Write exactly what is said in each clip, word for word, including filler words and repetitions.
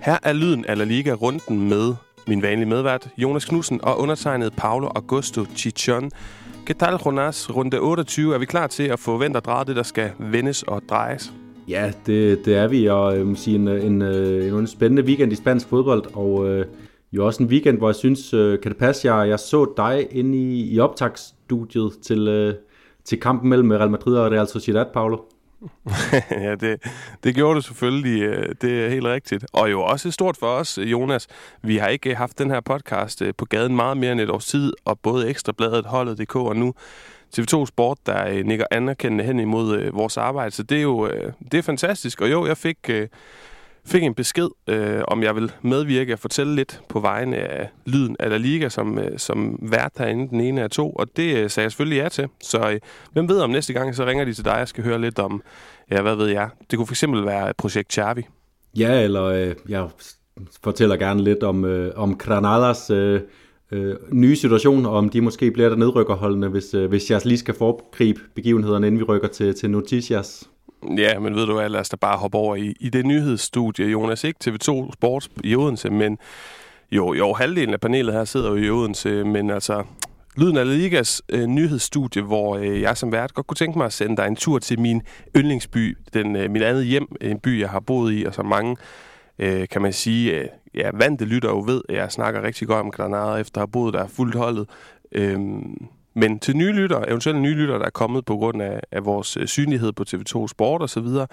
Her er lyden af La Liga-runden med min vanlige medvært, Jonas Knudsen, og undertegnet Paulo Augusto Chichon. ¿Qué tal, Jonas? Runde otteogtyve. Er vi klar til at få vendt og drejet det, der skal vendes og drejes? Ja, det, det er vi, og jeg må sige, en, en, en, en spændende weekend i spansk fodbold, og øh, jo også en weekend, hvor jeg synes, øh, kan det passe, jeg, jeg så dig inde i, i optagsstudiet til, øh, til kampen mellem Real Madrid og Real Sociedad, Paulo. Ja, det, det gjorde du selvfølgelig. Det er helt rigtigt. Og jo også stort for os, Jonas. Vi har ikke haft den her podcast på gaden meget mere end et års tid, og både Ekstrabladet, Holdet punktum d k og nu T V to Sport, der nikker anerkendende hen imod vores arbejde. Så det er jo det er fantastisk. Og jo, jeg fik, fik en besked, om jeg vil medvirke og fortælle lidt på vegne af lyden af La Liga som, som vært herinde, den ene af to. Og det sagde jeg selvfølgelig ja til. Så hvem ved, om næste gang, så ringer de til dig, jeg skal høre lidt om, ja, hvad ved jeg. Det kunne fx være projekt Xavi. Ja, eller øh, jeg fortæller gerne lidt om, øh, om Granadas øh, øh, nye situation, og om de måske bliver der nedrykkerholdende, hvis, øh, hvis jeg lige skal foregribe begivenhederne, inden vi rykker til, til Noticias. Ja, men ved du hvad, lad os da bare hoppe over i, i det nyhedsstudie, Jonas. Ikke T V to Sports i Odense, men jo, jo, halvdelen af panelet her sidder jo i Odense, men altså lyden af La Ligas øh, nyhedsstudie, hvor øh, jeg som vært godt kunne tænke mig at sende dig en tur til min yndlingsby, den, øh, min andet hjem, en by, jeg har boet i, og så mange, øh, kan man sige, øh, ja, vante lytter jo ved, at jeg snakker rigtig godt om Granada, efter at have boet der fuldt holdet. Øh, Men til nye lyttere, eventuelle nye lyttere, der er kommet på grund af, af vores synlighed på T V to Sport og så videre.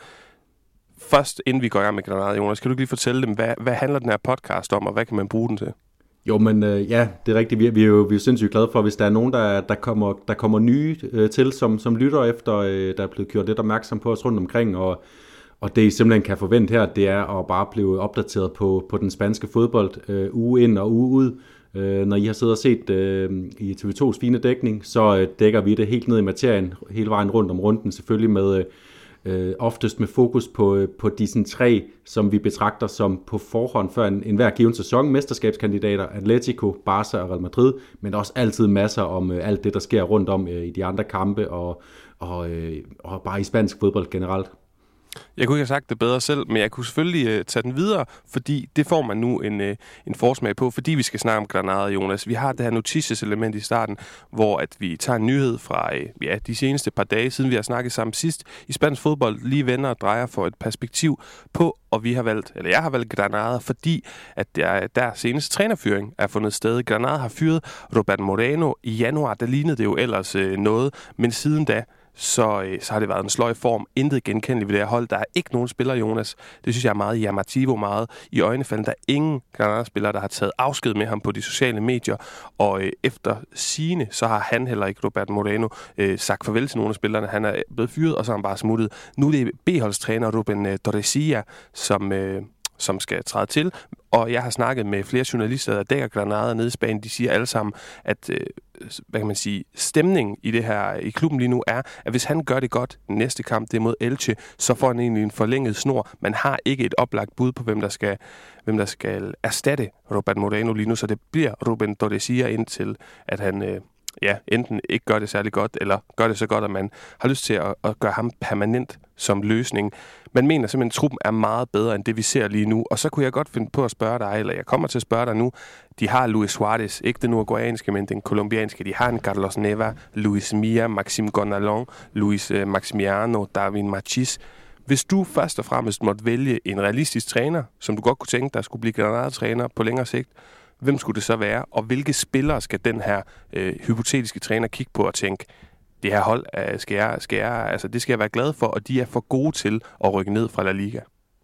Først, inden vi går i gang med Granada, Jonas, kan du lige fortælle dem, hvad, hvad handler den her podcast om, og hvad kan man bruge den til? Jo, men øh, ja, det er rigtigt. Vi, vi, er jo, vi er jo sindssygt glade for, hvis der er nogen, der, der, kommer, der kommer nye øh, til, som, som lytter efter, øh, der er blevet gjort lidt opmærksom på os rundt omkring, og, og det I simpelthen kan forvente her, det er at bare blive opdateret på, på den spanske fodbold øh, uge ind og uge ud. Øh, når I har siddet og set øh, i T V tos fine dækning, så øh, dækker vi det helt ned i materien, hele vejen rundt om runden, selvfølgelig med øh, oftest med fokus på, på de sådan, tre, som vi betragter som på forhånd før en, en hver given sæson, mesterskabskandidater, Atletico, Barca og Real Madrid, men også altid masser om øh, alt det, der sker rundt om øh, i de andre kampe, og, og, øh, og bare i spansk fodbold generelt. Jeg kunne ikke have sagt det bedre selv, men jeg kunne selvfølgelig uh, tage den videre, fordi det får man nu en, uh, en forsmag på, fordi vi skal snakke om Granada, Jonas. Vi har det her noticias-element i starten, hvor at vi tager en nyhed fra uh, ja, de seneste par dage, siden vi har snakket sammen sidst i spansk fodbold, lige vender og drejer for et perspektiv på, og vi har valgt, eller jeg har valgt Granada, fordi at der, der seneste trænerfyring er fundet sted. Granada har fyret Robert Moreno i januar, der lignede det jo ellers uh, noget, men siden da, Så, så har det været en sløj form. Intet genkendeligt ved det her hold. Der er ikke nogen spillere, Jonas. Det synes jeg er meget llamativo, meget i øjnefaldet. Der er ingen Granada-spillere, der har taget afsked med ham på de sociale medier. Og øh, efter sigende, så har han heller ikke, Robert Moreno, øh, sagt farvel til nogle af spillerne. Han er blevet fyret, og så er han bare smuttet. Nu er det B-holdstræner Ruben øh, Torrecilla, som... Øh, som skal træde til, og jeg har snakket med flere journalister, der dækker Granada nede i Spanien. De siger alle sammen, at øh, hvad kan man sige, stemningen i det her i klubben lige nu er, at hvis han gør det godt næste kamp, det er mod Elche, så får han egentlig en forlænget snor. Man har ikke et oplagt bud på, hvem der skal, hvem der skal erstatte Robert Moreno lige nu, så det bliver Ruben Torrecilla indtil, at han øh, ja, enten ikke gør det særlig godt, eller gør det så godt, at man har lyst til at, at gøre ham permanent som løsning. Man mener simpelthen, at truppen er meget bedre end det, vi ser lige nu. Og så kunne jeg godt finde på at spørge dig, eller jeg kommer til at spørge dig nu. De har Luis Suarez, ikke den uruguayanske, men den kolumbianske. De har en Carlos Neva, Luis Milla, Maxim Gonalon, Luis eh, Maximiano, Darwin Machis. Hvis du først og fremmest måtte vælge en realistisk træner, som du godt kunne tænke, der skulle blive Granada-træner på længere sigt, hvem skulle det så være? Og hvilke spillere skal den her øh, hypotetiske træner kigge på og tænke, det her hold øh, skal, jeg, skal jeg, altså, det skal jeg være glad for, og de er for gode til at rykke ned fra La Liga?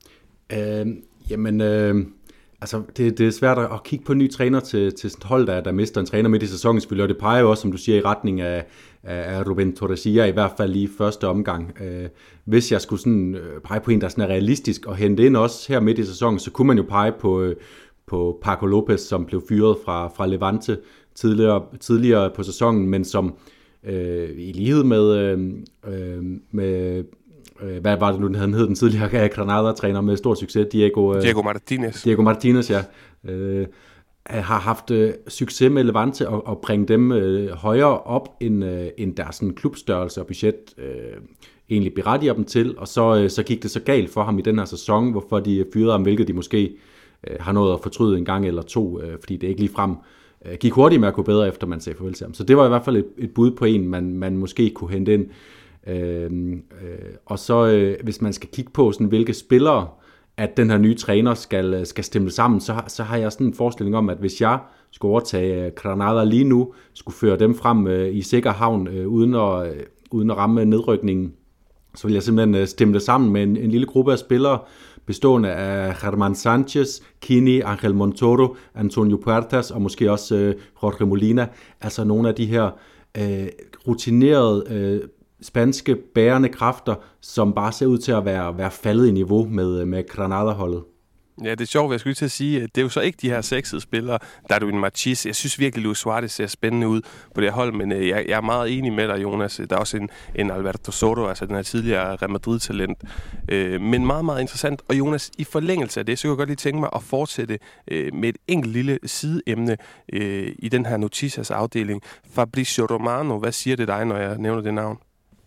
Øh, jamen, øh, altså, det, det er svært at kigge på en ny træner til, til sådan et hold, der, der mister en træner midt i sæsonen, selvfølgelig, og det peger jo også, som du siger, i retning af, af Ruben Torrecilla, i hvert fald lige i første omgang. Øh, hvis jeg skulle sådan, øh, pege på en, der sådan er realistisk og hente ind også her midt i sæsonen, så kunne man jo pege på... Øh, på Paco Lopez, som blev fyret fra, fra Levante tidligere, tidligere på sæsonen, men som øh, i lighed med, øh, med øh, hvad var det nu, han hed, den tidligere Granada-træner med stor succes, Diego, øh, Diego Martinez. Diego Martinez, ja. Øh, har haft øh, succes med Levante og, og bringe dem øh, højere op, end, øh, end deres sådan, klubstørrelse og budget øh, egentlig berettiger dem til, og så, øh, så gik det så galt for ham i den her sæson, hvorfor de fyrede ham, hvilket de måske øh, har nået at fortryde en gang eller to, øh, fordi det ikke lige frem øh, gik hurtigt med at gå bedre, efter man sagde farvel til ham. Så det var i hvert fald et, et bud på en, man, man måske kunne hente ind. Øh, øh, og så øh, hvis man skal kigge på, sådan, hvilke spillere, at den her nye træner skal, skal stemme sammen, så, så har jeg sådan en forestilling om, at hvis jeg skulle overtage Granada lige nu, skulle føre dem frem øh, i sikker havn, øh, uden, at, øh, uden at ramme nedrykningen, så vil jeg simpelthen øh, stemme det sammen med en, en lille gruppe af spillere, bestående af Germán Sánchez, Kini, Ángel Montoro, Antonio Puertas og måske også øh, Jorge Molina. Altså nogle af de her øh, rutinerede øh, spanske bærende kræfter, som bare ser ud til at være, være faldet i niveau med, med Granada-holdet. Ja, det er sjovt, jeg skulle lige til at sige, at det er jo så ikke de her sexede spillere, Darwin Machís. Jeg synes virkelig, Luis Suárez ser spændende ud på det her hold, men jeg, jeg er meget enig med dig, Jonas. Der er også en, en Alberto Soto, altså den her tidligere Real Madrid-talent. Øh, men meget, meget interessant. Og Jonas, i forlængelse af det, så kan jeg godt lige tænke mig at fortsætte øh, med et enkelt lille sideemne øh, i den her Noticias afdeling. Fabrizio Romano, hvad siger det dig, når jeg nævner det navn?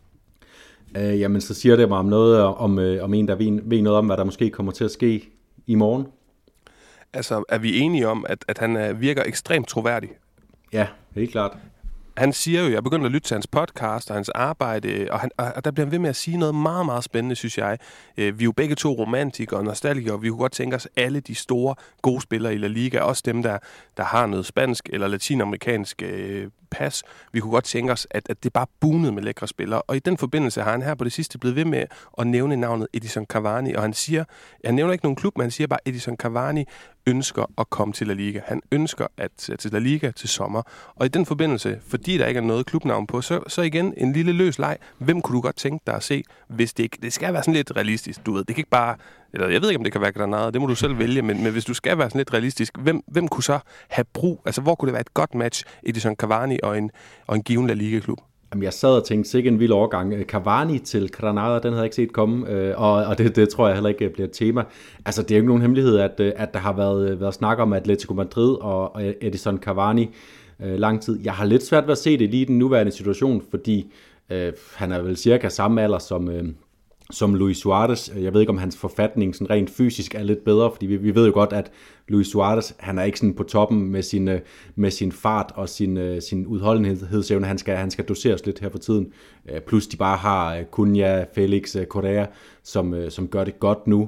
Øh, jamen, så siger det mig om noget om, øh, om en, der ved, ved noget om, hvad der måske kommer til at ske i morgen. Altså, er vi enige om, at, at han uh, virker ekstremt troværdig? Ja, helt klart. Han siger jo, jeg begyndte at lytte til hans podcast og hans arbejde, og, han, og der bliver han ved med at sige noget meget, meget spændende, synes jeg. Vi er jo begge to romantikere og nostalgikere, og vi kunne godt tænke os alle de store, gode spillere i La Liga, også dem, der, der har noget spansk eller latinamerikansk øh, pas. Vi kunne godt tænke os, at, at det bare boomede med lækre spillere, og i den forbindelse har han her på det sidste blevet ved med at nævne navnet Edison Cavani, og han siger, han nævner ikke nogen klub, men han siger bare, at Edison Cavani ønsker at komme til La Liga. Han ønsker at til La Liga til sommer, og i den forbindelse, fordi der ikke er noget klubnavn på, så, så igen en lille løs leg. Hvem kunne du godt tænke dig at se, hvis det ikke, det skal være sådan lidt realistisk, du ved, det kan ikke bare, eller jeg ved ikke, om det kan være Granada, det må du selv vælge, men, men hvis du skal være sådan lidt realistisk, hvem, hvem kunne så have brug, altså hvor kunne det være et godt match, Edison Cavani og en, og en given La Liga-klub? Jamen, jeg sad og tænkte, sikke en vild overgang. Cavani til Granada, den havde jeg ikke set komme, og, og det, det tror jeg heller ikke bliver et tema. Altså, det er jo ikke nogen hemmelighed, at, at der har været, været snak om Atletico Madrid og, og Edison Cavani øh, lang tid. Jeg har lidt svært ved at se det lige i den nuværende situation, fordi øh, han er vel cirka samme alder som... Øh, som Luis Suárez. Jeg ved ikke, om hans forfatning sådan rent fysisk er lidt bedre, fordi vi, vi ved jo godt, at Luis Suárez, han er ikke sådan på toppen med sin, med sin fart og sin, sin udholdenhedsevne. Han skal, han skal doseres lidt her for tiden. Plus de bare har Cunha, Felix, Correa, som, som gør det godt nu.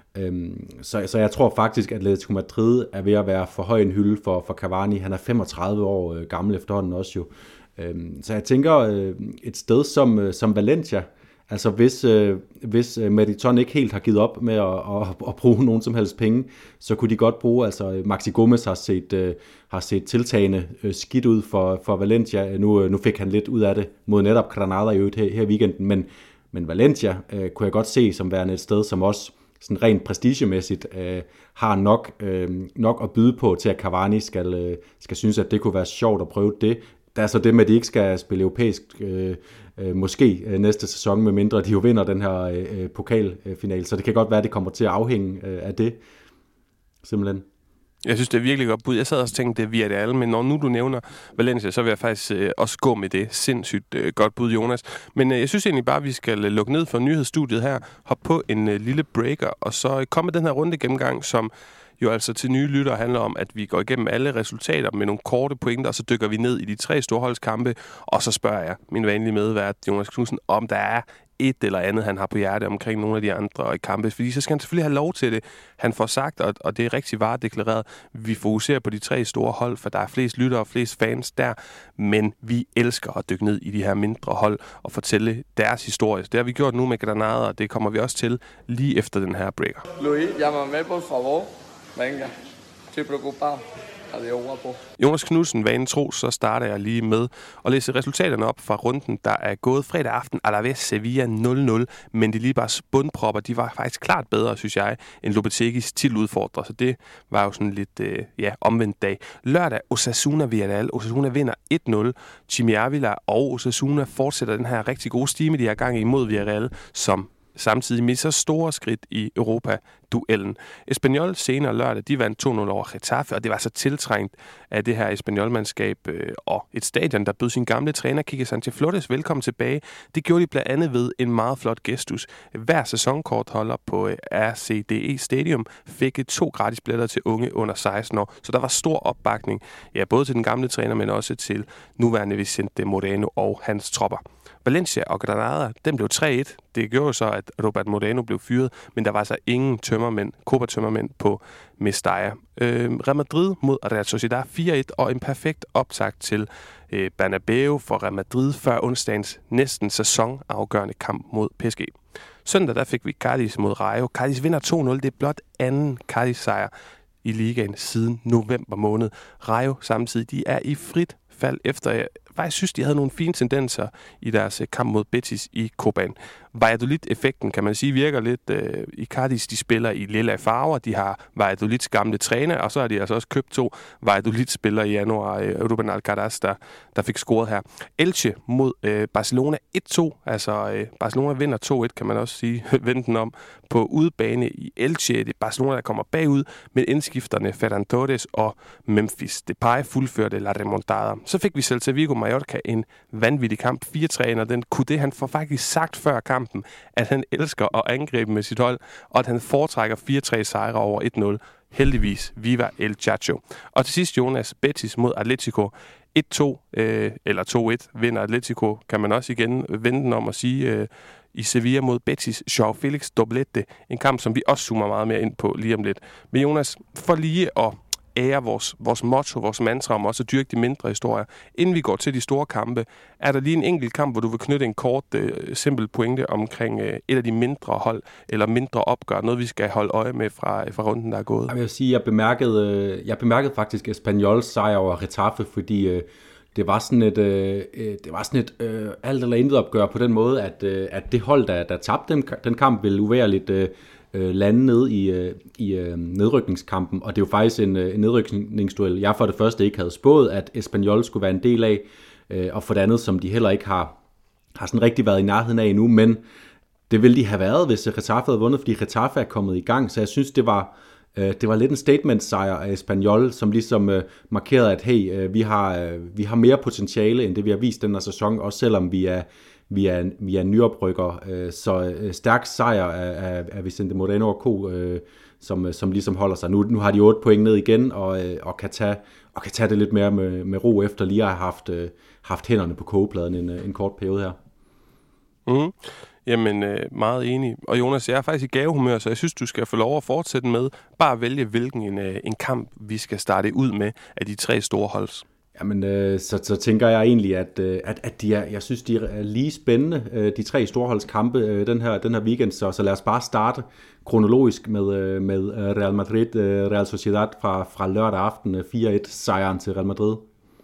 Så, så jeg tror faktisk, at Atletico Madrid er ved at være for høj en hylde for, for Cavani. Han er femogtredive år gammel efterhånden også jo. Så jeg tænker, et sted som, som Valencia, altså hvis, øh, hvis Meriton ikke helt har givet op med at, at, at bruge nogen som helst penge, så kunne de godt bruge, altså Maxi Gomez har set, øh, har set tiltagende øh, skidt ud for, for Valencia. Nu, nu fik han lidt ud af det mod netop Granada i øvrigt her, her i weekenden, men, men Valencia øh, kunne jeg godt se som værende et sted, som også sådan rent prestigemæssigt øh, har nok, øh, nok at byde på til, at Cavani skal, øh, skal synes, at det kunne være sjovt at prøve det. Der er så det med, at de ikke skal spille europæisk øh, øh, måske øh, næste sæson, med mindre de jo vinder den her øh, pokalfinale. Så det kan godt være, at det kommer til at afhænge øh, af det, simpelthen. Jeg synes, det er virkelig godt bud. Jeg sad også og tænkte, det er Villarreal, men når nu du nævner Valencia, så vil jeg faktisk øh, også gå med det. Sindssygt øh, godt bud, Jonas. Men øh, jeg synes egentlig bare, at vi skal øh, lukke ned for nyhedsstudiet her, hoppe på en øh, lille breaker, og så øh, komme med den her runde gennemgang, som jo altså til nye lyttere handler om, at vi går igennem alle resultater med nogle korte pointer, og så dykker vi ned i de tre storholdskampe, og så spørger jeg min vanlige medvært, Jonas Knudsen, om der er et eller andet, han har på hjerte omkring nogle af de andre i kampe, fordi så skal han selvfølgelig have lov til det. Han får sagt, og, og det er rigtig varedeklareret, vi fokuserer på de tre store hold, for der er flest lyttere og flest fans der, men vi elsker at dykke ned i de her mindre hold og fortælle deres historie. Det har vi gjort nu med Granada, og det kommer vi også til lige efter den her breaker. Luis, llámame por favor. Venga, estoy preocupado. Adiós, guapo. Jonas Knudsen, vanen tro, så starter jeg lige med at læse resultaterne op fra runden, der er gået fredag aften. Alaves Sevilla nul nul, men de lige bare bundpropper, de var faktisk klart bedre, synes jeg, end Lopetegis titeludfordrer, så det var jo sådan lidt øh, ja, omvendt dag. Lørdag, Osasuna Villarreal. Osasuna vinder et nul. Chimi Ávila og Osasuna fortsætter den her rigtig gode stime, de har gang imod Villarreal, som samtidig med så store skridt i Europa-duellen. Espanyol senere lørdag, de vandt to nul over Getafe, og det var så tiltrængt af det her Espanyol-mandskab øh, og et stadion, der bød sin gamle træner, Quique Sánchez-Flores, velkommen tilbage. Det gjorde de blandt andet ved en meget flot gestus. Hver sæsonkortholder på øh, R C D E Stadium fik to gratis billetter til unge under seksten år, så der var stor opbakning, ja, både til den gamle træner, men også til nuværende Vicente Moreno og hans tropper. Valencia og Granada, den blev tre et. Det gjorde så, at Robert Moreno blev fyret, men der var altså ingen tømmermænd, Copa-tømmermænd på Mestalla. Øh, Real Madrid mod Real Sociedad fire et, og en perfekt optakt til øh, Bernabeu for Real Madrid før onsdagens næsten sæsonafgørende kamp mod P S G. Søndag der fik vi Cadiz mod Rayo. Cadiz vinder to nul. Det er blot anden Cadiz-sejr i ligaen siden november måned. Rayo samtidig, de er i frit fald efter, jeg faktisk synes, de havde nogle fine tendenser i deres kamp mod Betis i Copaen. Valladolid-effekten, kan man sige, virker lidt øh, i Cadiz. De spiller i lilla farver. De har Valladolids gamle træner, og så har de altså også købt to Valladolid-spillere i januar. Øh, Ruben Alcaraz, der, der fik scoret her. Elche mod øh, Barcelona et to. Altså, øh, Barcelona vinder to et, kan man også sige. Vende den om på udebane i Elche. Det er Barcelona, der kommer bagud med indskifterne Ferran Torres og Memphis Depay fuldførte La Remontada. Så fik vi Celta Vigo Mallorca, en vanvittig kamp. fire tre, og den kunne det, han får faktisk sagt før kampen, at han elsker at angribe med sit hold, og at han foretrækker fire tre sejre over et nul. Heldigvis, viva el Chacho. Og til sidst, Jonas, Betis mod Atletico. et to, øh, eller to et, vinder Atletico, kan man også igen vende den om at sige, øh, i Sevilla mod Betis, Joao Felix doblette. En kamp, som vi også zoomer meget mere ind på lige om lidt. Men Jonas, for lige at ære vores, vores motto, vores mantra om også at dyrke de mindre historier. Inden vi går til de store kampe, er der lige en enkelt kamp, hvor du vil knytte en kort, øh, simpel pointe omkring øh, et af de mindre hold, eller mindre opgør, noget vi skal holde øje med fra, fra runden, der er gået? Jeg vil sige, jeg bemærkede, jeg bemærkede faktisk Espanyols sejr over Getafe, fordi øh, det var sådan et, øh, det var sådan et øh, alt eller intet opgør på den måde, at, øh, at det hold, der, der tabte den, den kamp, ville uværligt øh, lande ned i, i nedrykningskampen, og det er jo faktisk en, en nedrykningsduel, jeg for det første ikke havde spået, at Espanyol skulle være en del af, og for det andet, som de heller ikke har, har sådan rigtig været i nærheden af endnu, men det ville de have været, hvis Getafe havde vundet, fordi Getafe er kommet i gang, så jeg synes, det var, det var lidt en statement-sejr af Espanyol, som ligesom markerede, at hey, vi har, vi har mere potentiale, end det vi har vist den her sæson, også selvom vi er Vi er, vi er nyoprykker, øh, så øh, stærk sejr af, af, af Vicente Moreno og Co., øh, som, som ligesom holder sig. Nu, nu har de otte point ned igen, og, øh, og, kan tage, og kan tage det lidt mere med, med ro, efter lige at have haft, øh, haft hænderne på kogepladen en, en kort periode her. Mm. Jamen, øh, meget enig. Og Jonas, jeg er faktisk i gavehumør, så jeg synes, du skal få lov at fortsætte med bare at vælge, hvilken en, en kamp vi skal starte ud med af de tre store holds. Jamen, øh, så, så tænker jeg egentlig, at, at, at de er, jeg synes, de er lige spændende, øh, de tre storholdskampe øh, den, her, den her weekend, så, så lad os bare starte kronologisk med, øh, med Real Madrid, øh, Real Sociedad fra, fra lørdag aften, fire et sejren til Real Madrid.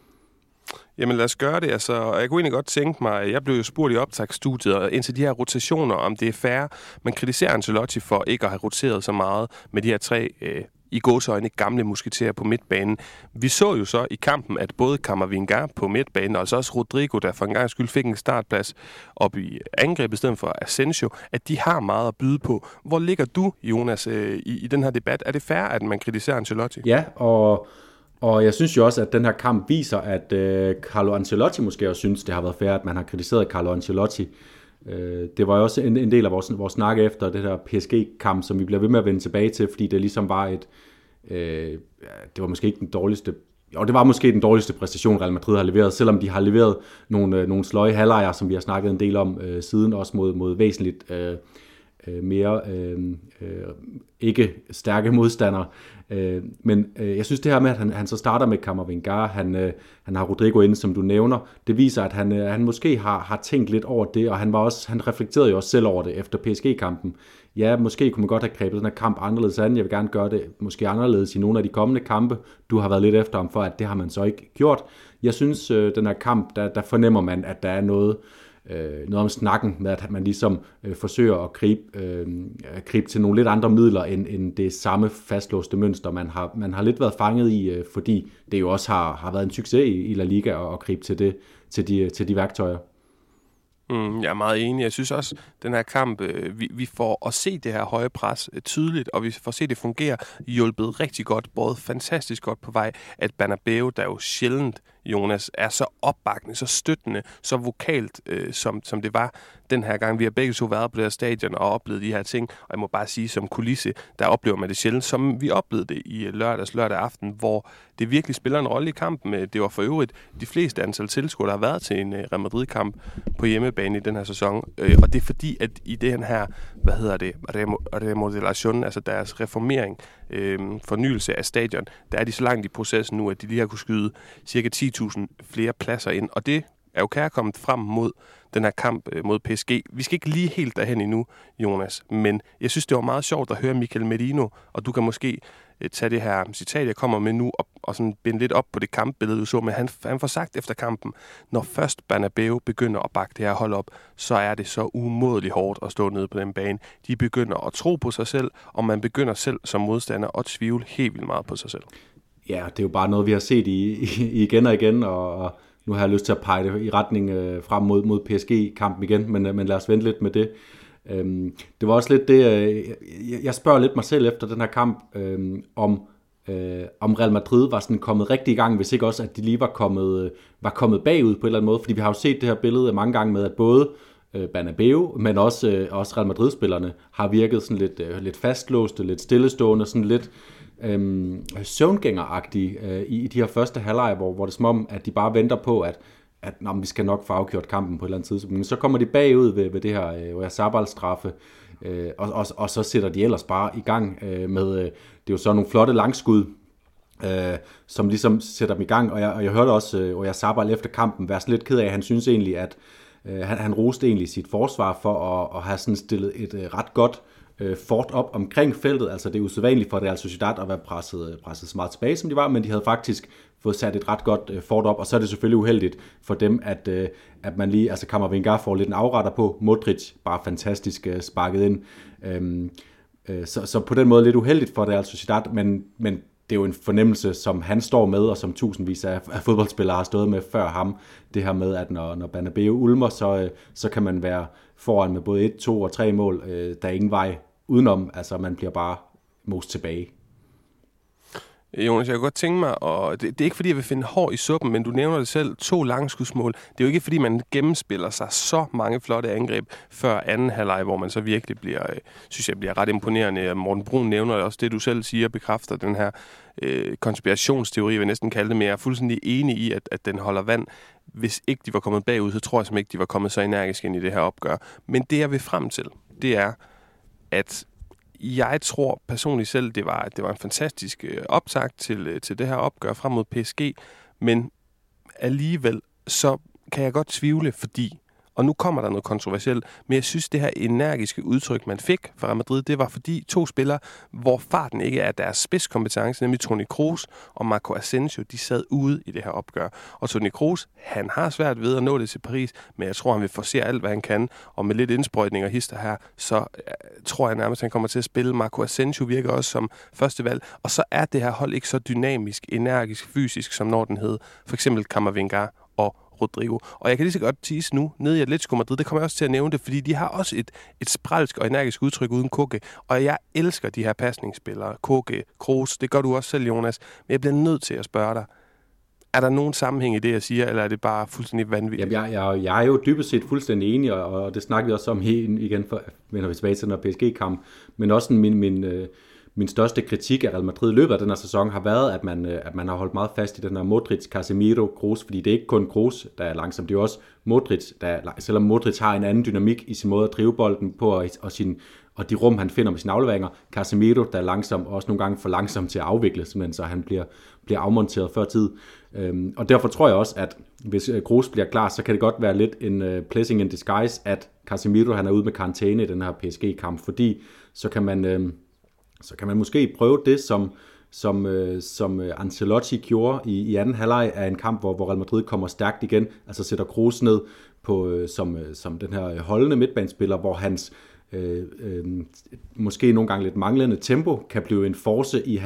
Jamen lad os gøre det. Altså, jeg kunne egentlig godt tænke mig, jeg blev jo spurgt i optagsstudiet, og indtil de her rotationer, om det er fair. Man kritiserer Ancelotti for ikke at have roteret så meget med de her tre øh, i gåseøjne gamle musketerer på midtbanen. Vi så jo så i kampen, at både Camavinga på midtbanen, og altså også Rodrigo, der for en gang skyld fik en startplads op i angrebet i stedet for Asensio, at de har meget at byde på. Hvor ligger du, Jonas, øh, i, i den her debat? Er det fair, at man kritiserer Ancelotti? Ja, og... Og jeg synes jo også, at den her kamp viser, at øh, Carlo Ancelotti måske også synes, det har været fair, at man har kritiseret Carlo Ancelotti. Øh, det var jo også en, en del af vores, vores snak efter det her P S G-kamp, som vi bliver ved med at vende tilbage til, fordi det ligesom var et... Øh, det var måske ikke den dårligste... Jo, det var måske den dårligste præstation, Real Madrid har leveret, selvom de har leveret nogle, øh, nogle sløje halvlejer, som vi har snakket en del om øh, siden, også mod, mod væsentligt... Øh, mere øh, øh, ikke stærke modstandere. Øh, men øh, jeg synes det her med, at han, han så starter med Camavinga, han, øh, han har Rodrigo inde, som du nævner, det viser, at han, øh, han måske har, har tænkt lidt over det, og han, var også, han reflekterede jo også selv over det efter P S G-kampen. Ja, måske kunne man godt have grebet den her kamp anderledes an. Jeg vil gerne gøre det måske anderledes i nogle af de kommende kampe. Du har været lidt efter ham for, at det har man så ikke gjort. Jeg synes, øh, den her kamp, der, der fornemmer man, at der er noget Øh, noget om snakken med, at man ligesom øh, forsøger at gribe, øh, gribe til nogle lidt andre midler, end, end det samme fastlåste mønster, man har, man har lidt været fanget i, øh, fordi det jo også har, har været en succes i, i La Liga at, at gribe til, det, til, de, til de værktøjer. Mm, jeg er meget enig. Jeg synes også, at den her kamp, øh, vi, vi får at se det her høje pres øh, tydeligt, og vi får se det fungere, hjulpet rigtig godt, både fantastisk godt på vej, at Bernabeu, der jo sjældent, Jonas, er så opbakkende, så støttende, så vokalt, øh, som, som det var den her gang. Vi har begge to været på det her stadion og oplevet de her ting, og jeg må bare sige, som kulisse, der oplever man det sjældent, som vi oplevede det i lørdags, lørdag aften, hvor det virkelig spiller en rolle i kampen. Det var for øvrigt de fleste antal tilskuere, der har været til en Real Madrid-kamp på hjemmebane i den her sæson, og det er fordi, at i den her, hvad hedder det, remodellation, altså deres reformering, øh, fornyelse af stadion, der er de så langt i processen nu, at de lige har kunne skyde cirka ti tusind flere pladser ind, og det er jo kærkommet frem mod den her kamp mod P S G. Vi skal ikke lige helt derhen endnu, Jonas, men jeg synes, det var meget sjovt at høre Mikel Merino, og du kan måske tage det her citat, jeg kommer med nu, og, og sådan binde lidt op på det kampbillede, du så, men han, han får sagt efter kampen, når først Bernabeu begynder at bakke det her hold op, så er det så umådeligt hårdt at stå nede på den bane. De begynder at tro på sig selv, og man begynder selv som modstander at tvivle helt vildt meget på sig selv. Ja, det er jo bare noget, vi har set i, i, igen og igen, og, og nu har jeg lyst til at pege det i retning øh, frem mod, mod P S G-kampen igen, men, men lad os vente lidt med det. Øhm, det var også lidt det, øh, jeg, jeg spørger lidt mig selv efter den her kamp, øh, om, øh, om Real Madrid var sådan kommet rigtig i gang, hvis ikke også, at de lige var kommet, øh, var kommet bagud på en eller anden måde, fordi vi har jo set det her billede mange gange med, at både øh, Bernabeu, men også, øh, også Real Madrid-spillerne har virket sådan lidt, øh, lidt fastlåste, lidt stillestående, sådan lidt Øhm, søvngængeragtige øh, i, i de her første halvleje, hvor, hvor det er som om, at de bare venter på, at, at nå, vi skal nok få afgjort kampen på et eller andet tidspunkt. Men så kommer de bagud ved, ved det her øh, Oyarzabal-straffe, øh, og, og, og så sætter de ellers bare i gang øh, med, øh, det er jo så nogle flotte langskud, øh, som ligesom sætter dem i gang. Og jeg, og jeg hørte også øh, Oyarzabal efter kampen være lidt ked af, han synes egentlig, at øh, han, han roste egentlig sit forsvar for at, at have sådan stillet et øh, ret godt fort op omkring feltet. Altså det er usædvanligt for Real Sociedad at være presset, presset så meget tilbage, som de var, men de havde faktisk fået sat et ret godt fort op, og så er det selvfølgelig uheldigt for dem, at, at man lige, altså Camavinga får lidt en afretter på, Modric bare fantastisk sparket ind. Så, så på den måde lidt uheldigt for Real Sociedad, men, men det er jo en fornemmelse, som han står med, og som tusindvis af, af fodboldspillere har stået med før ham. Det her med, at når, når Bernabeu ulmer, så, så kan man være foran med både et, to og tre mål. Der er ingen vej udenom, altså man bliver bare most tilbage. Jonas, jeg kan godt tænke mig, og det, det er ikke fordi, jeg vil finde hår i suppen, men du nævner det selv, to langskudsmål. Det er jo ikke fordi, man gennemspiller sig så mange flotte angreb før anden halvleg, hvor man så virkelig bliver, synes jeg, bliver ret imponerende. Morten Brun nævner også det, du selv siger, bekræfter den her øh, konspirationsteori, jeg vil næsten kalde det, men jeg er fuldstændig enig i, at, at den holder vand. Hvis ikke de var kommet bagud, så tror jeg simpelthen ikke, de var kommet så energisk ind i det her opgør. Men det, jeg vil frem til, det er, at jeg tror personligt selv, det var, det var en fantastisk optakt til, til det her opgør frem mod P S G, men alligevel så kan jeg godt tvivle, fordi, og nu kommer der noget kontroversielt, men jeg synes, det her energiske udtryk, man fik fra Real Madrid, det var fordi to spillere, hvor farten ikke er deres spidskompetence, nemlig Toni Kroos og Marco Asensio, de sad ude i det her opgør. Og Toni Kroos, han har svært ved at nå det til Paris, men jeg tror, han vil forsere alt, hvad han kan, og med lidt indsprøjtning og hister her, så uh, tror jeg nærmest, han kommer til at spille. Marco Asensio virker også som første valg, og så er det her hold ikke så dynamisk, energisk, fysisk, som når den hed for eksempel Camavinga og Rodrigo. Og jeg kan lige så godt tease nu, nede i Atletico Madrid, det kommer jeg også til at nævne det, fordi de har også et, et spralsk og energisk udtryk uden Koke, og jeg elsker de her pasningsspillere, Koke, Kroos, det gør du også selv, Jonas, men jeg bliver nødt til at spørge dig, er der nogen sammenhæng i det, jeg siger, eller er det bare fuldstændig vanvittigt? Jamen, jeg, jeg, jeg er jo dybest set fuldstændig enig, og, og det snakker vi også om igen, for, vender vi tilbage til den P S G-kamp, men også min, min, øh, min største kritik af Real Madrid i løbet af den her sæson har været, at man, øh, at man har holdt meget fast i den her Modric, Casemiro, Kroos, fordi det er ikke kun Kroos, der er langsom, det er også Modric, der er, selvom Modric har en anden dynamik i sin måde at drive bolden på, og, og, sin, og de rum, han finder med sine afleveringer, Casemiro, der er langsom, og også nogle gange for langsom til at afvikle, simpelthen, så han bliver, bliver afmonteret før tid. Øhm, og derfor tror jeg også, at hvis Kroos bliver klar, så kan det godt være lidt en uh, blessing in disguise, at Casemiro han er ude med karantæne i den her P S G-kamp, fordi så kan man, øh, så kan man måske prøve det, som, som, øh, som Ancelotti gjorde i, i anden halvleg af en kamp, hvor, hvor Real Madrid kommer stærkt igen, altså sætter Kroos ned på, øh, som, som den her holdende midtbanespiller, hvor hans Øh, øh, måske nogle gange lidt manglende tempo kan blive en force i hans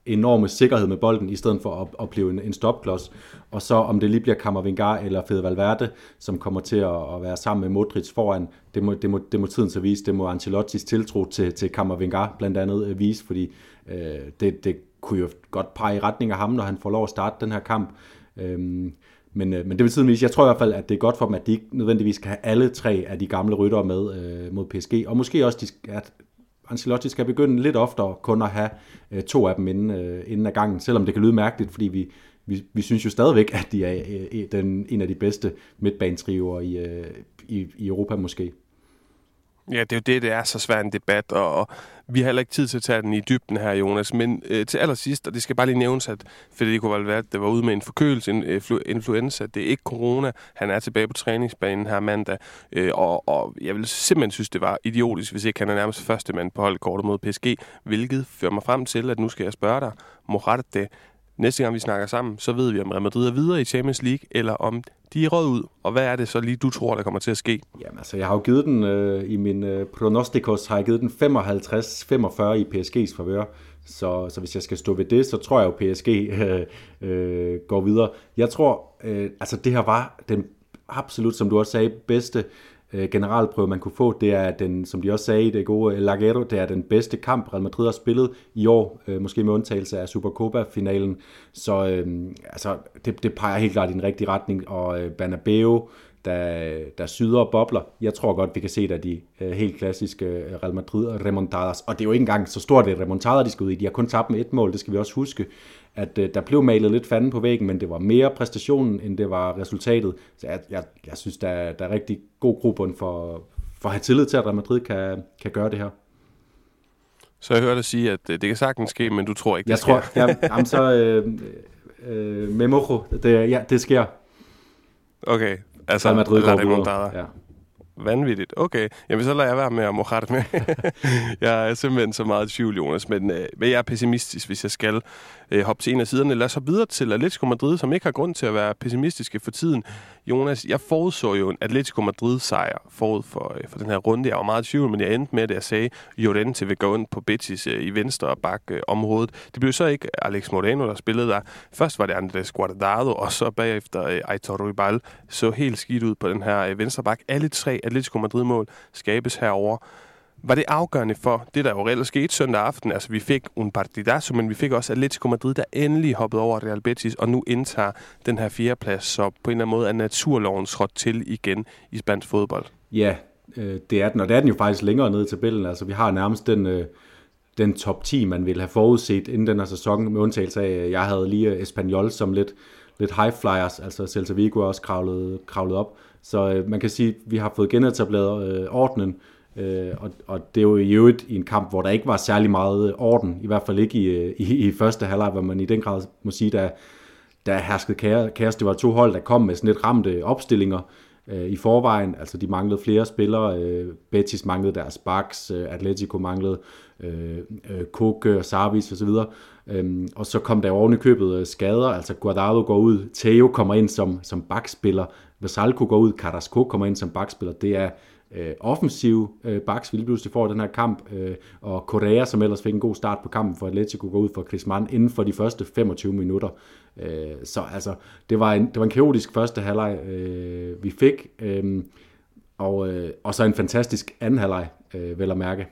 enorme sikkerhed med bolden, i stedet for at, at blive en, en stopklods. Og så om det lige bliver Camavinga eller Fede Valverde, som kommer til at, at være sammen med Modric foran, det må, det må, det må tiden så vise. Det må Ancelottis tiltro til, til Camavinga blandt andet øh, vise, fordi øh, det, det kunne jo godt pege i retning af ham, når han får lov at starte den her kamp. Øhm, men, øh, men det vil tiden vise. Jeg tror i hvert fald, at det er godt for dem, at de ikke nødvendigvis skal have alle tre af de gamle ryttere med øh, mod P S G. Og måske også, de, at Ancelotti skal begynde lidt oftere kun at have øh, to af dem inden, øh, inden af gangen, selvom det kan lyde mærkeligt, fordi vi, vi, vi synes jo stadigvæk, at de er øh, den, en af de bedste midtbanetrioer i, øh, i, i Europa måske. Ja, det er jo det, det er så svært en debat, og, og vi har heller ikke tid til at tage den i dybden her, Jonas. Men øh, til allersidst, og det skal bare lige nævnes, at Federico Valverde var ude med en forkølelse, en øh, influenza. Det er ikke corona. Han er tilbage på træningsbanen her mandag, øh, og, og jeg vil simpelthen synes, det var idiotisk, hvis ikke han er nærmest første mand på holdkortet mod P S G, hvilket fører mig frem til, at nu skal jeg spørge dig, Morata, næste gang vi snakker sammen, så ved vi, om Real Madrid er videre i Champions League, eller om de er røget ud. Og hvad er det så lige, du tror, der kommer til at ske? Jamen altså, jeg har jo givet den, øh, i min øh, pronostikos, har jeg givet den femoghalvtreds femogfyrre i P S G's favør. Så, så hvis jeg skal stå ved det, så tror jeg jo, P S G øh, øh, går videre. Jeg tror, øh, altså det her var den absolut, som du også sagde, bedste generalprøve, man kunne få. Det er den, som de også sagde, det gode Laguero, det er den bedste kamp, Real Madrid har spillet i år, øh, måske med undtagelse af Supercopa-finalen. Så øh, altså, det, det peger helt klart i den rigtige retning, og øh, Bernabeu, der, der syder og bobler. Jeg tror godt, vi kan se, at de øh, helt klassiske øh, Real Madrid-remontadas, og det er jo ikke engang så stort et remontader, de skal ud i. De har kun tabt med et mål, det skal vi også huske, at øh, der blev malet lidt fanden på væggen, men det var mere præstationen, end det var resultatet. Så jeg, jeg, jeg synes, der er, der er rigtig god grobund for, for at have tillid til, at Real Madrid kan, kan gøre det her. Så jeg hørte dig sige, at det kan sagtens ske, men du tror ikke, det jeg sker? Jeg tror, ja, jamen så øh, øh, Memojo, det, ja, det sker. Okay, altså Real Madrid går videre. Ja. Vanvittigt. Okay, jamen så lader jeg være med at Morata med. Jeg er simpelthen så meget i tvivl, Jonas, men, øh, men jeg er pessimistisk, hvis jeg skal øh, hoppe til en af siderne. Lad os hoppe videre til Atletico Madrid, som ikke har grund til at være pessimistiske for tiden. Jonas, jeg forudså jo en Atletico Madrid-sejr forud for, øh, for den her runde. Jeg var meget i tvivl, men jeg endte med, at jeg sagde, Llorente vil gå ind på Betis øh, i venstre og bak øh, området. Det blev så ikke Alex Moreno, der spillede der. Først var det Andrés Guardado, og så bagefter øh, Aitor Ribal så helt skidt ud på den her øh, venstre bak. Alle tre Atletico Madrid-mål skabes herover. Var det afgørende for det, der jo reelt skete søndag aften? Altså, vi fik un partidazo, men vi fik også Atletico Madrid, der endelig hoppede over Real Betis, og nu indtager den her fjerdeplads, så på en eller anden måde er naturloven trådt til igen i spansk fodbold. Ja, øh, det er den, og det er den jo faktisk længere nede i tabellen. Altså, vi har nærmest den, øh, den top ti, man ville have forudset inden den her sæson, med undtagelse af, at jeg havde lige Espanyol som lidt, lidt high flyers, altså Celta Vigo er også kravlet, kravlet op. Så øh, man kan sige, at vi har fået genetableret øh, ordenen, øh, og, og det er jo i øvrigt i en kamp, hvor der ikke var særlig meget orden, i hvert fald ikke i, i, i første halvleg, hvor man i den grad må sige, der, der herskede kaos. Det var to hold, der kom med sådan lidt ramte opstillinger øh, i forvejen. Altså de manglede flere spillere. Øh, Betis manglede deres backs, øh, Atletico manglede øh, øh, Koke og Sarvis osv. Øhm, og så kom der oven i købet øh, skader. Altså Guardado går ud, Theo kommer ind som, som backspiller, Vesalco går ud, Carrasco kommer ind som backspiller. Det er øh, offensive øh, backs, vi lige pludselig får den her kamp, øh, og Correa, som ellers fik en god start på kampen for Atletico, går ud for Griezmann inden for de første femogtyve minutter. Øh, så altså, det var en, det var en kaotisk første halvleg, øh, vi fik, øh, og, øh, og så en fantastisk anden halvleg, øh, vel at mærke.